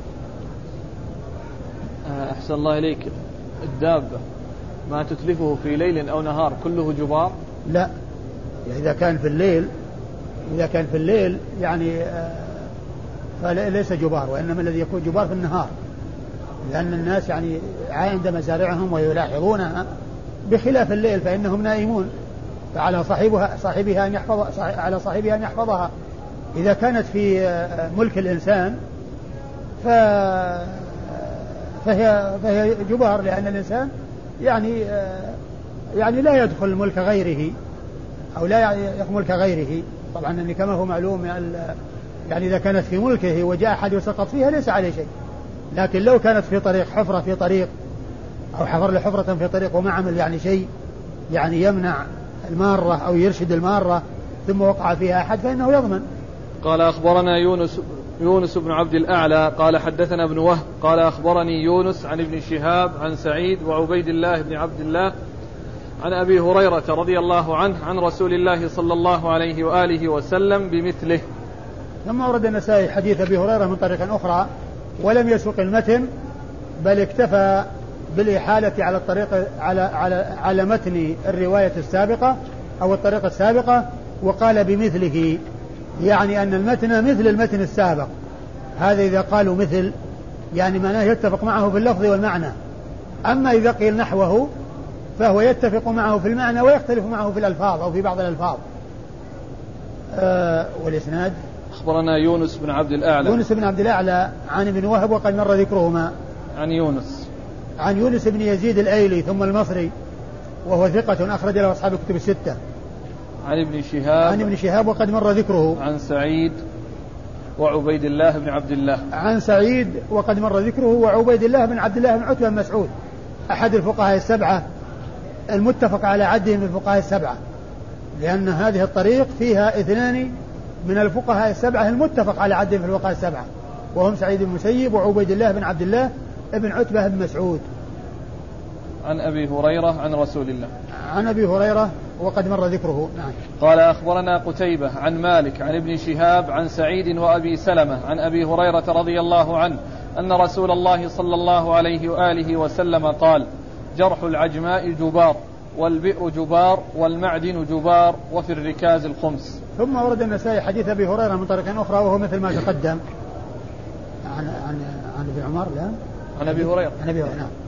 أحسن الله إليك، الدابة ما تتلفه في ليل أو نهار كله جبار؟ لا، إذا كان في الليل إذا كان في الليل يعني فليس جبار، وإنما الذي يكون جبار في النهار، لأن الناس يعني عند مزارعهم ويلاحظونها، بخلاف الليل فإنهم نائمون، فعلى صاحبها صاحبها أن يحفظ على صاحبها أن يحفظها. إذا كانت في ملك الإنسان ف... فهي فهي جبار، لأن الإنسان يعني يعني لا يدخل ملك غيره أو لا يدخل ملك غيره. طبعا أن كما هو معلوم يعني إذا كانت في ملكه وجاء أحد وسقط فيها ليس عليه شيء، لكن لو كانت في طريق حفرة في طريق أو حفر لحفرة في طريق وما عمل يعني شيء يعني يمنع المارة أو يرشد المارة ثم وقع فيها أحد فإنه يضمن. قال أخبرنا يونس يونس بن عبد الأعلى قال حدثنا ابن وهب قال أخبرني يونس عن ابن شهاب عن سعيد وعبيد الله بن عبد الله عن أبي هريرة رضي الله عنه عن رسول الله صلى الله عليه وآله وسلم بمثله. ثم ورد النسائي حديث أبي هريرة من طريق أخرى ولم يسوق المتن، بل اكتفى بالإحالة على الطريق على على على متن الرواية السابقة أو الطريقة السابقة، وقال بمثله، يعني أن المتن مثل المتن السابق. هذا إذا قالوا مثل يعني معناه يتفق معه في اللفظ والمعنى، أما إذا قيل نحوه فهو يتفق معه في المعنى ويختلف معه في الألفاظ أو في بعض الألفاظ. آه والإسناد أخبرنا يونس بن عبد الأعلى يونس بن عبد الأعلى عن ابن وهب وقد مر ذكرهما. عن يونس عن يونس بن يزيد الأيلي ثم المصري، وهو ثقة أخرج له أصحاب الكتب الستة. عن ابن شهاب عن ابن شهاب وقد مر ذكره. عن سعيد وعبيد الله بن عبد الله عن سعيد وقد مر ذكره وعبيد الله بن عبد الله بن عتبة بن مسعود، أحد الفقهاء السبعة المتفق على عدهم الفقهاء السبعة، لأن هذه الطريق فيها اثنان من الفقهاء السبعة المتفق على عدهم في الفقهاء السبعة، وهم سعيد بن المسيب وعبيد الله بن عبد الله بن عتبة بن مسعود. عن أبي هريرة عن رسول الله عن أبي هريرة وقد مر ذكره. نعم. قال أخبرنا قتيبة عن مالك عن ابن شهاب عن سعيد وأبي سلمة عن أبي هريرة رضي الله عنه أن رسول الله صلى الله عليه وآله وسلم قال: جرح العجماء جبار، والبئر جبار، والمعدن جبار، وفي الركاز الخمس. ثم ورد النسائي حديث أبي هريرة من طريق أخرى وهو مثل ما تقدم. عن عن عن ابن عمر لا عن أبي هريرة عن أبي هريرة. نعم.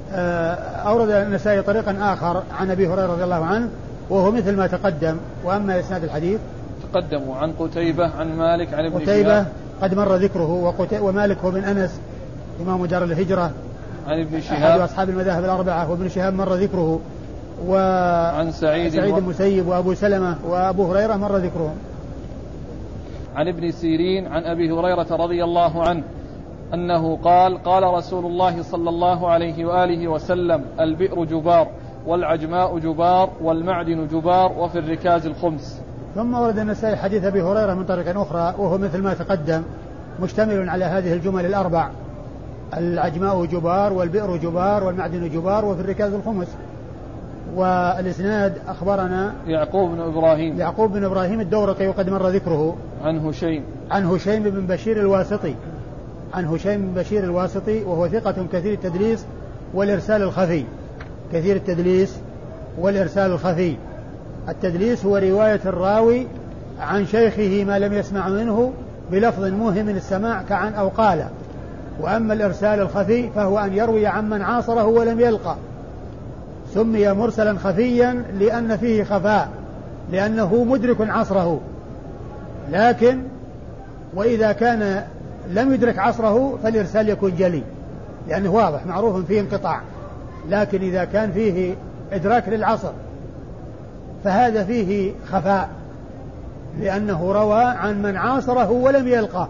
أورد النسائي طريقا آخر عن أبي هريرة رضي الله عنه وهو مثل ما تقدم. وأما إسناد الحديث تقدموا عن قتيبة عن مالك عن ابن قتيبة قد مر ذكره، ومالك هو بن أنس إمام دار الهجرة عن ابن شهاب أحد أصحاب المذاهب الأربعة، وابن شهاب مر ذكره، وعن سعيد, سعيد المسيب وأبو سلمة وأبو هريرة مر ذكرهم. عن ابن سيرين عن أبي هريرة رضي الله عنه أنه قال قال رسول الله صلى الله عليه وآله وسلم البئر جبار والعجماء جبار والمعدن جبار وفي الركاز الخمس. ثم ورد النسائي حديث أبي هريرة من طريق أخرى وهو مثل ما تقدم مشتمل على هذه الجمل الأربع: العجماء جبار والبئر جبار والمعدن جبار وفي الركاز الخمس. والإسناد أخبرنا يعقوب بن إبراهيم يعقوب بن إبراهيم الدورقي وقد مر ذكره. عن هشيم عن هشيم بن بشير الواسطي عن هشيم بن بشير الواسطي وهو ثقة كثير التدليس والإرسال الخفي كثير التدليس والإرسال الخفي. التدليس هو رواية الراوي عن شيخه ما لم يسمع منه بلفظ موهم السماع كعن أو قال. وأما الإرسال الخفي فهو أن يروي عمن عاصره ولم يلقى. سمي مرسلا خفيا لأن فيه خفاء لأنه مدرك عصره، لكن وإذا كان لم يدرك عصره فالإرسال يكون جلي لأنه واضح معروف فيه انقطاع. لكن إذا كان فيه إدراك للعصر فهذا فيه خفاء لأنه روى عن من عاصره ولم يلقى.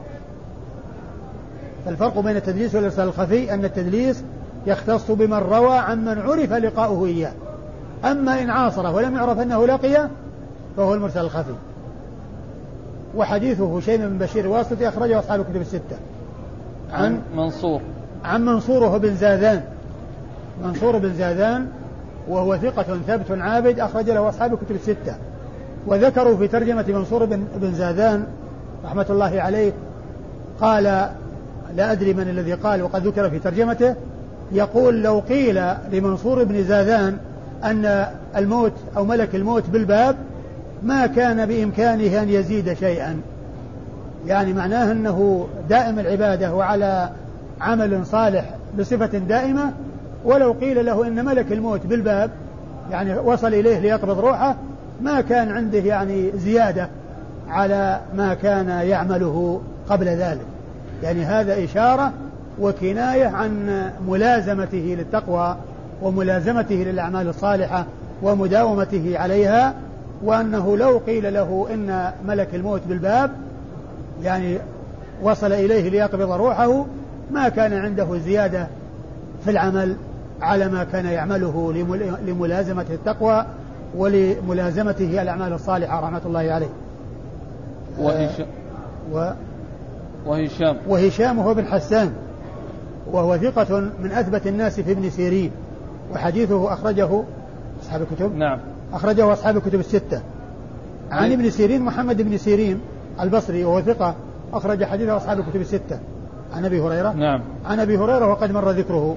فالفرق بين التدليس والإرسال الخفي أن التدليس يختص بمن روى عن من عرف لقاؤه إياه، أما إن عاصره ولم يعرف أنه لقيه فهو المرسل الخفي. وحديثه هشيم بن بشير الواسطي أخرجه أصحاب الكتب الستة. عن منصور عن منصور بن زاذان منصور بن زاذان وهو ثقة ثبت عابد أخرج له أصحاب الكتب الستة. وذكروا في ترجمة منصور بن, بن زاذان رحمة الله عليه قال لا أدري من الذي قال وقد ذكر في ترجمته يقول لو قيل لمنصور بن زاذان أن الموت أو ملك الموت بالباب ما كان بإمكانه أن يزيد شيئا، يعني معناه أنه دائم العبادة وعلى عمل صالح بصفة دائمة. ولو قيل له إن ملك الموت بالباب يعني وصل إليه ليقبض روحه ما كان عنده يعني زيادة على ما كان يعمله قبل ذلك. يعني هذا إشارة وكناية عن ملازمته للتقوى وملازمته للأعمال الصالحة ومداومته عليها، وأنه لو قيل له إن ملك الموت بالباب يعني وصل إليه ليقبض روحه ما كان عنده زيادة في العمل على ما كان يعمله لملازمة التقوى ولملازمته الأعمال الصالحة رحمة الله عليه. وهشام و وهشام وهشام هو بن حسان وهو ثقة من أثبت الناس في ابن سيرين، وحديثه أخرجه أصحاب الكتب نعم أخرجه أصحاب الكتب الستة. عن ابن سيرين محمد بن سيرين البصري وهو ثقة أخرج حديثه أصحاب الكتب الستة. عن أبي هريرة نعم عن أبي هريرة وقد مر ذكره.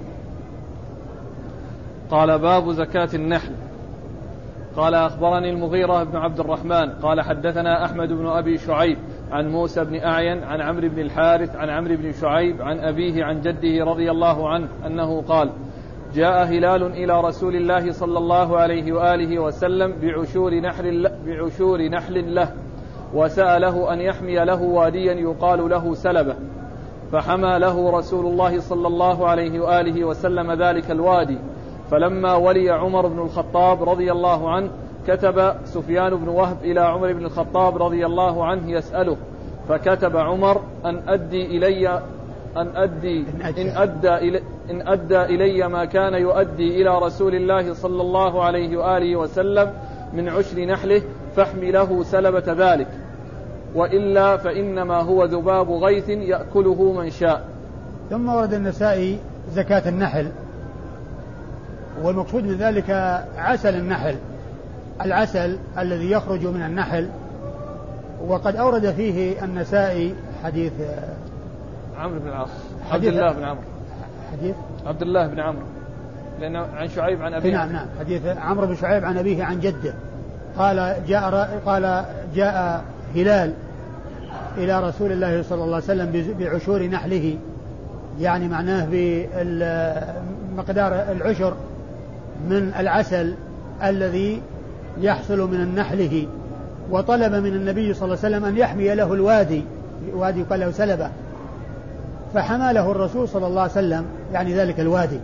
قال باب زكاة النحل. قال أخبرني المغيرة بن عبد الرحمن قال حدثنا أحمد بن أبي شعيب عن موسى بن أعين عن عمرو بن الحارث عن عمرو بن شعيب عن أبيه عن جده رضي الله عنه أنه قال جاء هلال إلى رسول الله صلى الله عليه وآله وسلم بعشور نحل, بعشور نحل له وسأله أن يحمي له واديا يقال له سلبة، فحمى له رسول الله صلى الله عليه وآله وسلم ذلك الوادي. فلما ولي عمر بن الخطاب رضي الله عنه كتب سفيان بن وهب إلى عمر بن الخطاب رضي الله عنه يسأله، فكتب عمر أن أدي إلي أن أدي إن أدى إلي, إن أدى إلي ما كان يؤدي إلى رسول الله صلى الله عليه وآله وسلم من عشر نحله فاحمله سلبة ذلك، وإلا فإنما هو ذباب غيث يأكله من شاء. ثم ورد النسائي زكاة النحل، والمقصود من ذلك عسل النحل، العسل الذي يخرج من النحل. وقد أورد فيه النسائي حديث عمرو بن العاص عبد الله بن عمرو حديث عبد الله بن عمرو لأنه عن شعيب عن أبيه. نعم نعم حديث عمرو بن شعيب عن أبيه عن جده قال جاء قال جاء هلال إلى رسول الله صلى الله عليه وسلم بعشور نحله، يعني معناه مقدار العشر من العسل الذي يحصل من نحله، وطلب من النبي صلى الله عليه وسلم أن يحمي له الوادي، وادي يقال له سلبة، فحمى له الرسول صلى الله عليه وسلم يعني ذلك الوادي.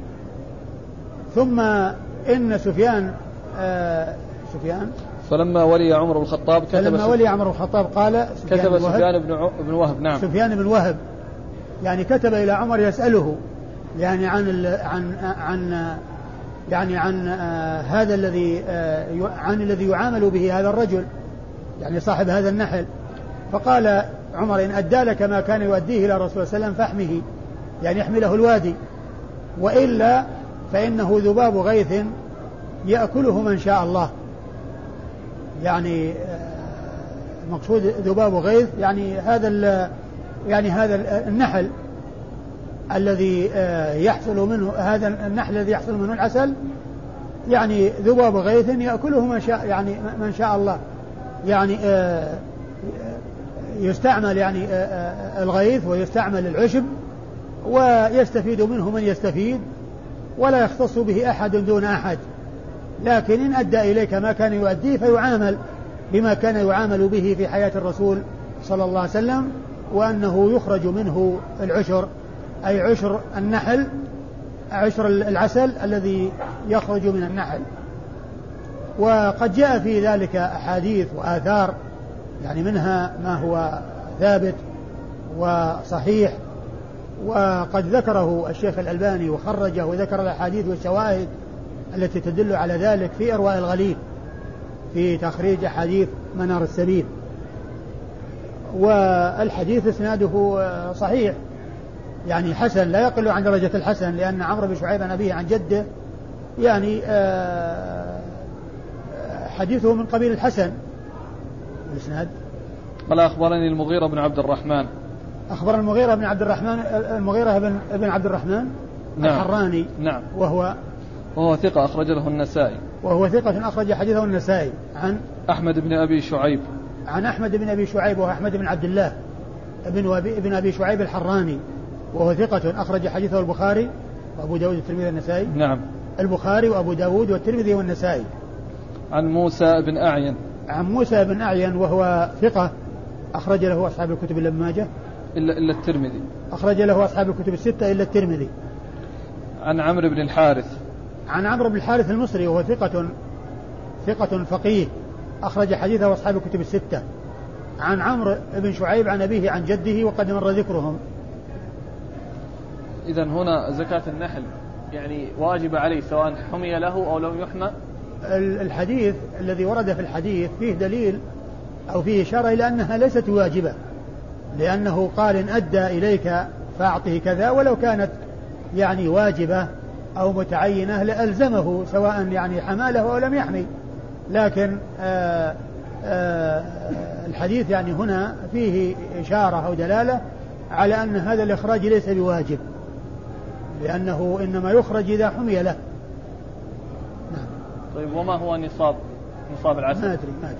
ثم إن سفيان آه سفيان فلما ولي عمر الخطاب كتب فلما ولي عمر الخطاب قال سفيان كتب سفيان بن, بن وهب نعم سفيان بن وهب يعني كتب إلى عمر يسأله يعني عن ال عن عن يعني عن آه هذا الذي آه عن الذي يعامل به هذا الرجل يعني صاحب هذا النحل. فقال عمر إن أدى لك ما كان يؤديه إلى رسول الله صلى الله عليه وسلم فاحمه يعني يحمله الوادي، وإلا فإنه ذباب غيث يأكله من شاء الله. يعني مقصود ذباب غيث يعني هذا يعني هذا النحل الذي يحصل منه هذا النحل الذي يحصل منه العسل يعني ذباب غيث يأكله من شاء يعني من شاء الله. يعني يستعمل يعني الغيث ويستعمل العشب ويستفيد منه من يستفيد ولا يختص به أحد دون أحد، لكن إن أدى إليك ما كان يؤديه فيعامل بما كان يعامل به في حياة الرسول صلى الله عليه وسلم، وأنه يخرج منه العشر أي عشر النحل عشر العسل الذي يخرج من النحل. وقد جاء في ذلك أحاديث وآثار يعني منها ما هو ثابت وصحيح، وقد ذكره الشيخ الألباني وخرجه وذكر الأحاديث والشواهد التي تدل على ذلك في إرواء الغليل في تخريج أحاديث منار السبيل. والحديث اسناده صحيح يعني حسن لا يقل عن درجة الحسن، لأن عمرو بن شعيب عن أبيه عن جده يعني حديثه من قبيل الحسن. الإسناد قال أخبرني المغيرة بن عبد الرحمن أخبر المغيرة بن عبد الرحمن المغيرة بن, بن عبد الرحمن نعم الحراني نعم وهو وهو ثقة أخرج له النسائي وهو ثقة أخرج حديثه النسائي عن أحمد بن أبي شعيب عن أحمد بن أبي شعيب وهو أحمد بن عبد الله ابن ابن أبي شعيب الحراني وهو ثقة أخرج حديثه البخاري وأبو داود والترمذي والنسائي. نعم البخاري وأبو داود والترمذي والنسائي. عن موسى بن أعين عن موسى بن أعين وهو ثقة أخرج له أصحاب الكتب إلا ابن ماجه إلا إلا الترمذي أخرج له أصحاب الكتب الستة إلا الترمذي. عن عمرو بن الحارث عن عمرو بن الحارث المصري وهو ثقة ثقة فقيه أخرج حديثه أصحاب الكتب الستة. عن عمرو بن شعيب عن أبيه عن جده وقد مر ذكرهم. إذن هنا زكاة النحل يعني واجب عليه سواء حمي له أو لم يحمى. الحديث الذي ورد في الحديث فيه دليل أو فيه إشارة إلى أنها ليست واجبة، لأنه قال إن أدى إليك فأعطه كذا، ولو كانت يعني واجبة أو متعينة لألزمه سواء يعني حماله أو لم يحمي. لكن آآ آآ الحديث يعني هنا فيه إشارة أو دلالة على أن هذا الإخراج ليس بواجب، لأنه إنما يخرج إذا حمي له. نعم. طيب وما هو نصاب نصاب العسل؟ ما أدري ما أدري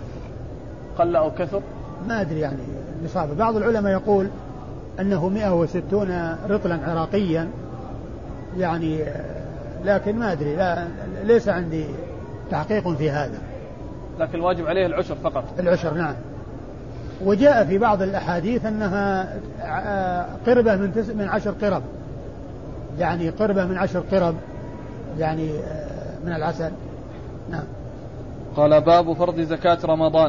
قل أو كثر ما أدري يعني نصاب. بعض العلماء يقول أنه مئة وستون رطلا عراقيا يعني، لكن ما أدري لا ليس عندي تحقيق في هذا، لكن الواجب عليه العشر فقط. العشر نعم. وجاء في بعض الأحاديث أنها قربة من تس من عشر قرب، يعني قربة من عشر قرب يعني من العسل. نعم. قال باب فرض زكاة رمضان.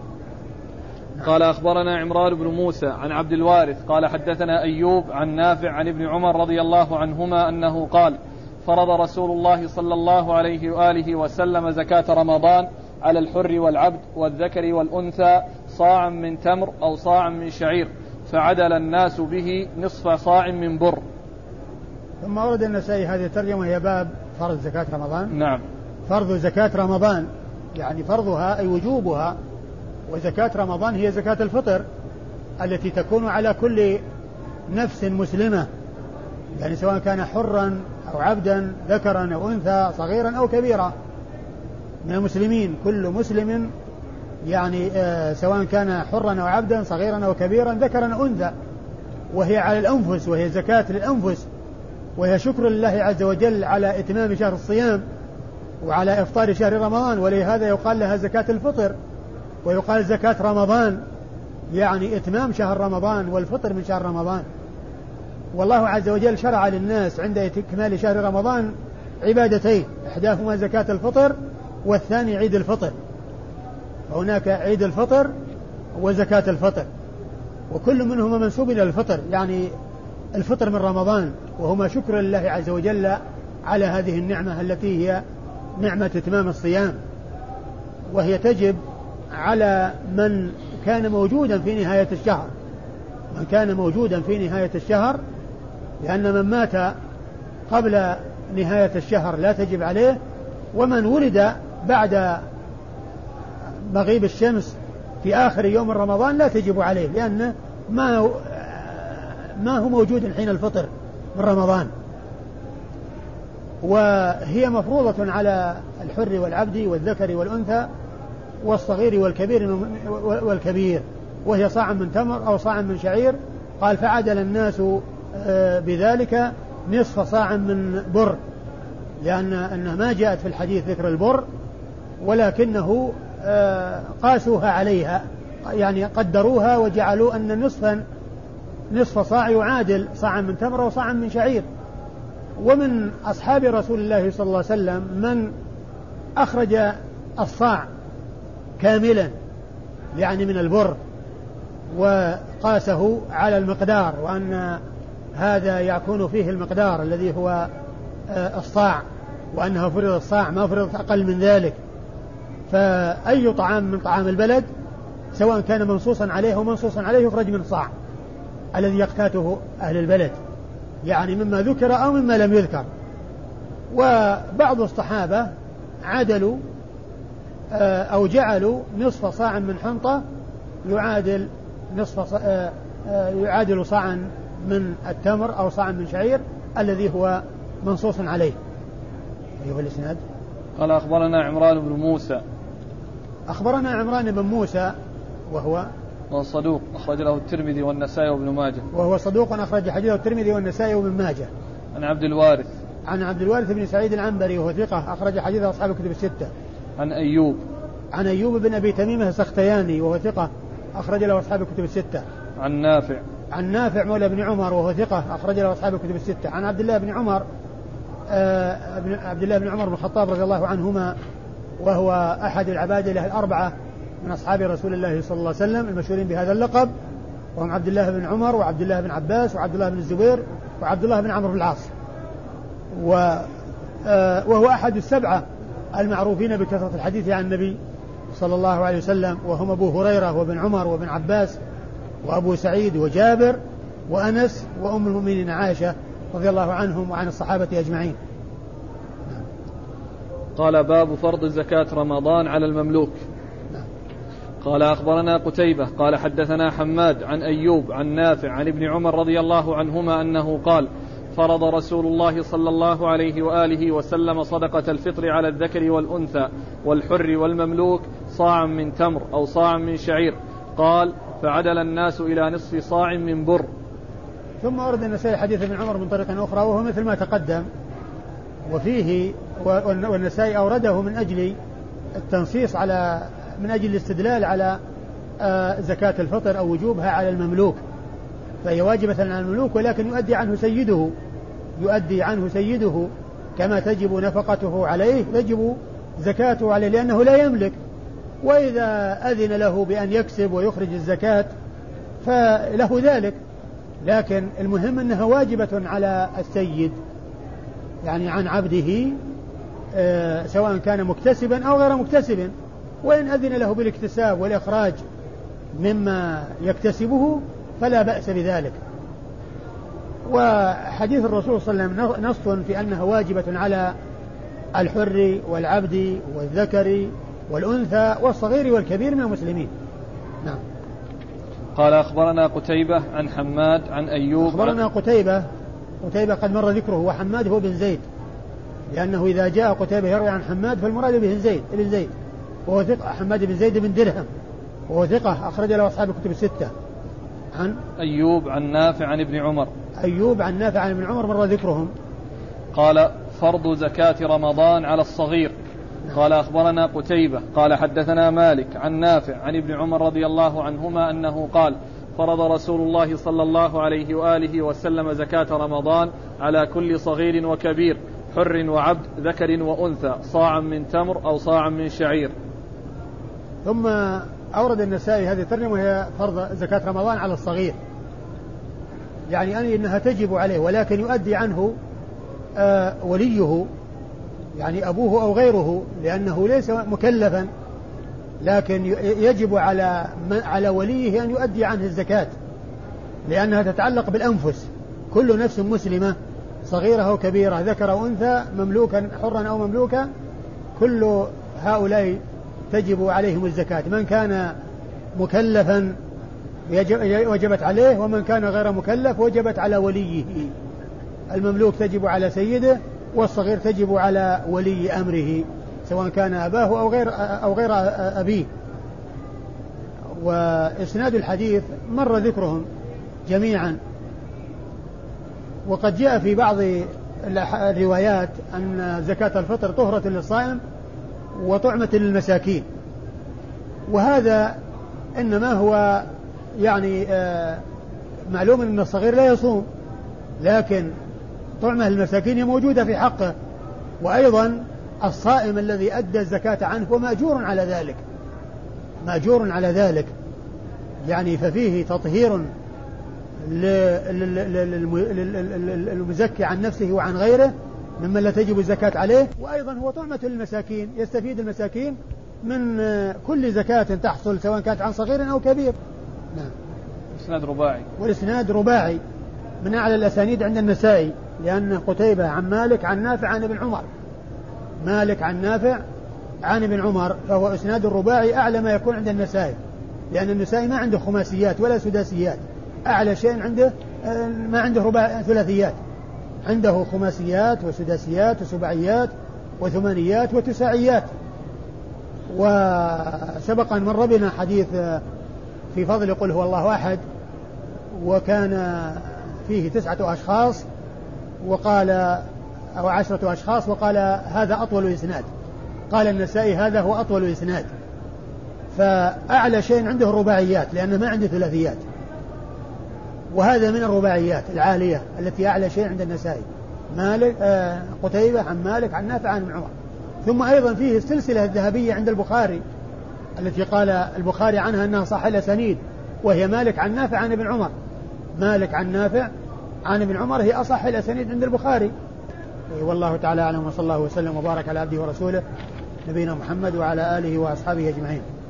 نعم. قال أخبرنا عمران بن موسى عن عبد الوارث قال حدثنا أيوب عن نافع عن ابن عمر رضي الله عنهما أنه قال فرض رسول الله صلى الله عليه وآله وسلم زكاة رمضان على الحر والعبد والذكر والأنثى صاعا من تمر أو صاعا من شعير، فعدل الناس به نصف صاع من بر. ثم ورد النسائي هذه الترجمة هي باب فرض زكاة رمضان. نعم. فرض زكاة رمضان يعني فرضها أي وجوبها، وزكاة رمضان هي زكاة الفطر التي تكون على كل نفس مسلمة، يعني سواء كان حرا أو عبدا ذكرا أو أنثى صغيرا أو كبيرا من المسلمين، كل مسلم يعني آه سواء كان حرا أو عبدا صغيرا أو كبيرا ذكرا أو أنثى، وهي على الأنفس وهي زكاة للأنفس، وهي شكر لله عز وجل على إتمام شهر الصيام وعلى إفطار شهر رمضان، ولهذا يقال لها زكاة الفطر ويقال زكاة رمضان، يعني إتمام شهر رمضان والفطر من شهر رمضان. والله عز وجل شرع للناس عند إكمال شهر رمضان عبادتين، إحداهما زكاة الفطر والثاني عيد الفطر. هناك عيد الفطر وزكاة الفطر، وكل منهما منسوب إلى الفطر، يعني الفطر من رمضان، وهما شكر لله عز وجل على هذه النعمة التي هي نعمة إتمام الصيام، وهي تجب على من كان موجودا في نهاية الشهر، من كان موجودا في نهاية الشهر، لأن من مات قبل نهاية الشهر لا تجب عليه، ومن ولد بعد مغيب الشمس في آخر يوم رمضان لا تجب عليه، لأنه ما ما هو موجود حين الفطر من رمضان. وهي مفروضة على الحر والعبد والذكر والأنثى والصغير والكبير والكبير وهي صاع من تمر أو صاع من شعير. قال فعدل الناس بذلك نصف صاع من بر، لأن أنها ما جاءت في الحديث ذكر البر، ولكنه قاسوها عليها، يعني قدروها وجعلوا أن نصفا نصف صاع يعادل صاع من تمر وصاع من شعير. ومن أصحاب رسول الله صلى الله عليه وسلم من أخرج الصاع كاملا يعني من البر وقاسه على المقدار، وأن هذا يكون فيه المقدار الذي هو الصاع، وأنه فرض الصاع ما فرض أقل من ذلك. فأي طعام من طعام البلد سواء كان منصوصا عليه أو منصوصا عليه يخرج من صاع الذي يقتاته أهل البلد، يعني مما ذكر أو مما لم يذكر. وبعض الصحابة عدلوا أو جعلوا نصف صاع من حنطة يعادل نصف صاع يعادل صاعا من التمر أو صاعا من شعير الذي هو منصوص عليه. أيها الإسناد. قال أخبرنا عمران بن موسى. أخبرنا عمران بن موسى وهو وهو صدوق أخرج له الترمذي والنسائي وابن ماجه. وهو صدوق أخرج حديثه الترمذي والنسائي وابن ماجه. عن عبد الوارث. عن عبد الوارث بن سعيد العنبري وهو ثقة أخرج حديثه أصحاب الكتب الستة. عن أيوب. عن أيوب بن أبي تميمة السختياني وهو ثقة أخرج له أصحاب الكتب الستة. عن نافع. عن نافع مولى بن عمر وهو ثقة أخرج له أصحاب الكتب الستة. عن عبد الله بن عمر آه بن عبد الله بن عمر بن الخطاب رضي الله عنهما وهو أحد العبادلة الأربعة من أصحاب رسول الله صلى الله عليه وسلم المشهورين بهذا اللقب، وهم عبد الله بن عمر وعبد الله بن عباس وعبد الله بن الزبير وعبد الله بن عمرو بن العاص، وهو أحد السبعة المعروفين بكثرة الحديث عن النبي صلى الله عليه وسلم، وهم أبو هريرة وابن عمر وابن عباس وأبو سعيد وجابر وأنس وأم المؤمنين عائشة رضي الله عنهم وعن الصحابة أجمعين. قال باب فرض زكاة رمضان على المملوك. قال أخبرنا قتيبة قال حدثنا حماد عن أيوب عن نافع عن ابن عمر رضي الله عنهما أنه قال فرض رسول الله صلى الله عليه وآله وسلم صدقة الفطر على الذكر والأنثى والحر والمملوك صاعا من تمر أو صاعا من شعير. قال فعدل الناس إلى نصف صاع من بر. ثم أورد النسائي حديث ابن عمر من طريق أخرى وهو مثل ما تقدم، وفيه والنسائي أورده من أجل التنصيص على من أجل الاستدلال على زكاة الفطر أو وجوبها على المملوك، فهي واجبة على المملوك ولكن يؤدي عنه سيده يؤدي عنه سيده كما تجب نفقته عليه يجب زكاته عليه لأنه لا يملك، وإذا أذن له بأن يكسب ويخرج الزكاة فله ذلك، لكن المهم أنها واجبة على السيد يعني عن عبده سواء كان مكتسبا أو غير مكتسب، وإن أذن له بالاكتساب والإخراج مما يكتسبه فلا بأس بذلك. وحديث الرسول صلى الله عليه وسلم نص في أنها واجبة على الحر والعبد والذكر والأنثى والصغير والكبير من المسلمين. نعم. قال أخبرنا قتيبة عن حماد عن أيوب. أخبرنا عن... قتيبة قتيبة قد مر ذكره، وحماد هو بن زيد، لأنه إذا جاء قتيبة يروي عن حماد فالمراد به زيد ابن زيد وهو ثقة، حماد بن زيد بن درهم وهو ثقة أخرج له أصحاب الكتب الستة. عن أيوب عن نافع عن ابن عمر. أيوب عن نافع عن ابن عمر مر ذكرهم، قال فرض زكاة رمضان على الصغير. قال أخبرنا قتيبة قال حدثنا مالك عن نافع عن ابن عمر رضي الله عنهما أنه قال فرض رسول الله صلى الله عليه وآله وسلم زكاة رمضان على كل صغير وكبير حر وعبد ذكر وأنثى صاعا من تمر أو صاعا من شعير. ثم أورد النسائي هذه الترجمة وهي فرض زكاة رمضان على الصغير، يعني أن إنها تجب عليه ولكن يؤدي عنه آه وليه، يعني أبوه أو غيره، لأنه ليس مكلفا، لكن يجب على على وليه أن يؤدي عنه الزكاة، لأنها تتعلق بالأنفس. كل نفس مسلمة صغيرة أو كبيرة ذكر أو أنثى مملوكا حرا أو مملوكا كل هؤلاء تجب عليهم الزكاة. من كان مكلفا وجبت عليه، ومن كان غير مكلف وجبت على وليه. المملوك تجب على سيده، والصغير تجب على ولي أمره سواء كان أباه أو غير أو غير أبيه. وإسناد الحديث مر ذكرهم جميعا، وقد جاء في بعض الروايات أن زكاة الفطر طهرة للصائم وطعمة للمساكين، وهذا إنما هو يعني معلوم أن الصغير لا يصوم، لكن طعمة للمساكين هي موجودة في حقه، وأيضا الصائم الذي أدى الزكاة عنه هو مأجور على ذلك، مأجور على ذلك، يعني ففيه تطهير للمزكي عن نفسه وعن غيره ممن لا تجب الزكاة عليه، وأيضا هو طعمة للمساكين، يستفيد المساكين من كل زكاة تحصل سواء كانت عن صغير أو كبير. نعم. إسناد رباعي، والإسناد رباعي من أعلى الأسانيد عند النسائي، لأن قتيبة عن مالك عن نافع عن ابن عمر، مالك عن نافع عن ابن عمر، فهو إسناد الرباعي أعلى ما يكون عند النسائي، لأن النسائي ما عنده خماسيات ولا سداسيات، أعلى شيء عنده ما عنده رباع ثلاثيات، عنده خماسيات وسداسيات وسبعيات وثمانيات وتساعيات. وسبق أن مر بنا حديث في فضل قل هو الله أحد، وكان فيه تسعة أشخاص وقال أو عشرة أشخاص وقال هذا أطول إسناد، قال النسائي هذا هو أطول إسناد، فأعلى شيء عنده الرباعيات لأنه ما عنده ثلاثيات، وهذا من الرباعيات العالية التي أعلى شيء عند النسائي. مالك آه قتيبة عن مالك عن نافع عن ابن عمر. ثم أيضا فيه السلسلة الذهبية عند البخاري التي قال البخاري عنها أنها صح الأسانيد، وهي مالك عن نافع عن ابن عمر، مالك عن نافع عن ابن عمر هي أصح الأسانيد عند البخاري. والله تعالى أعلم، وصلى الله وسلم وبارك على عبده ورسوله نبينا محمد وعلى آله وأصحابه أجمعين.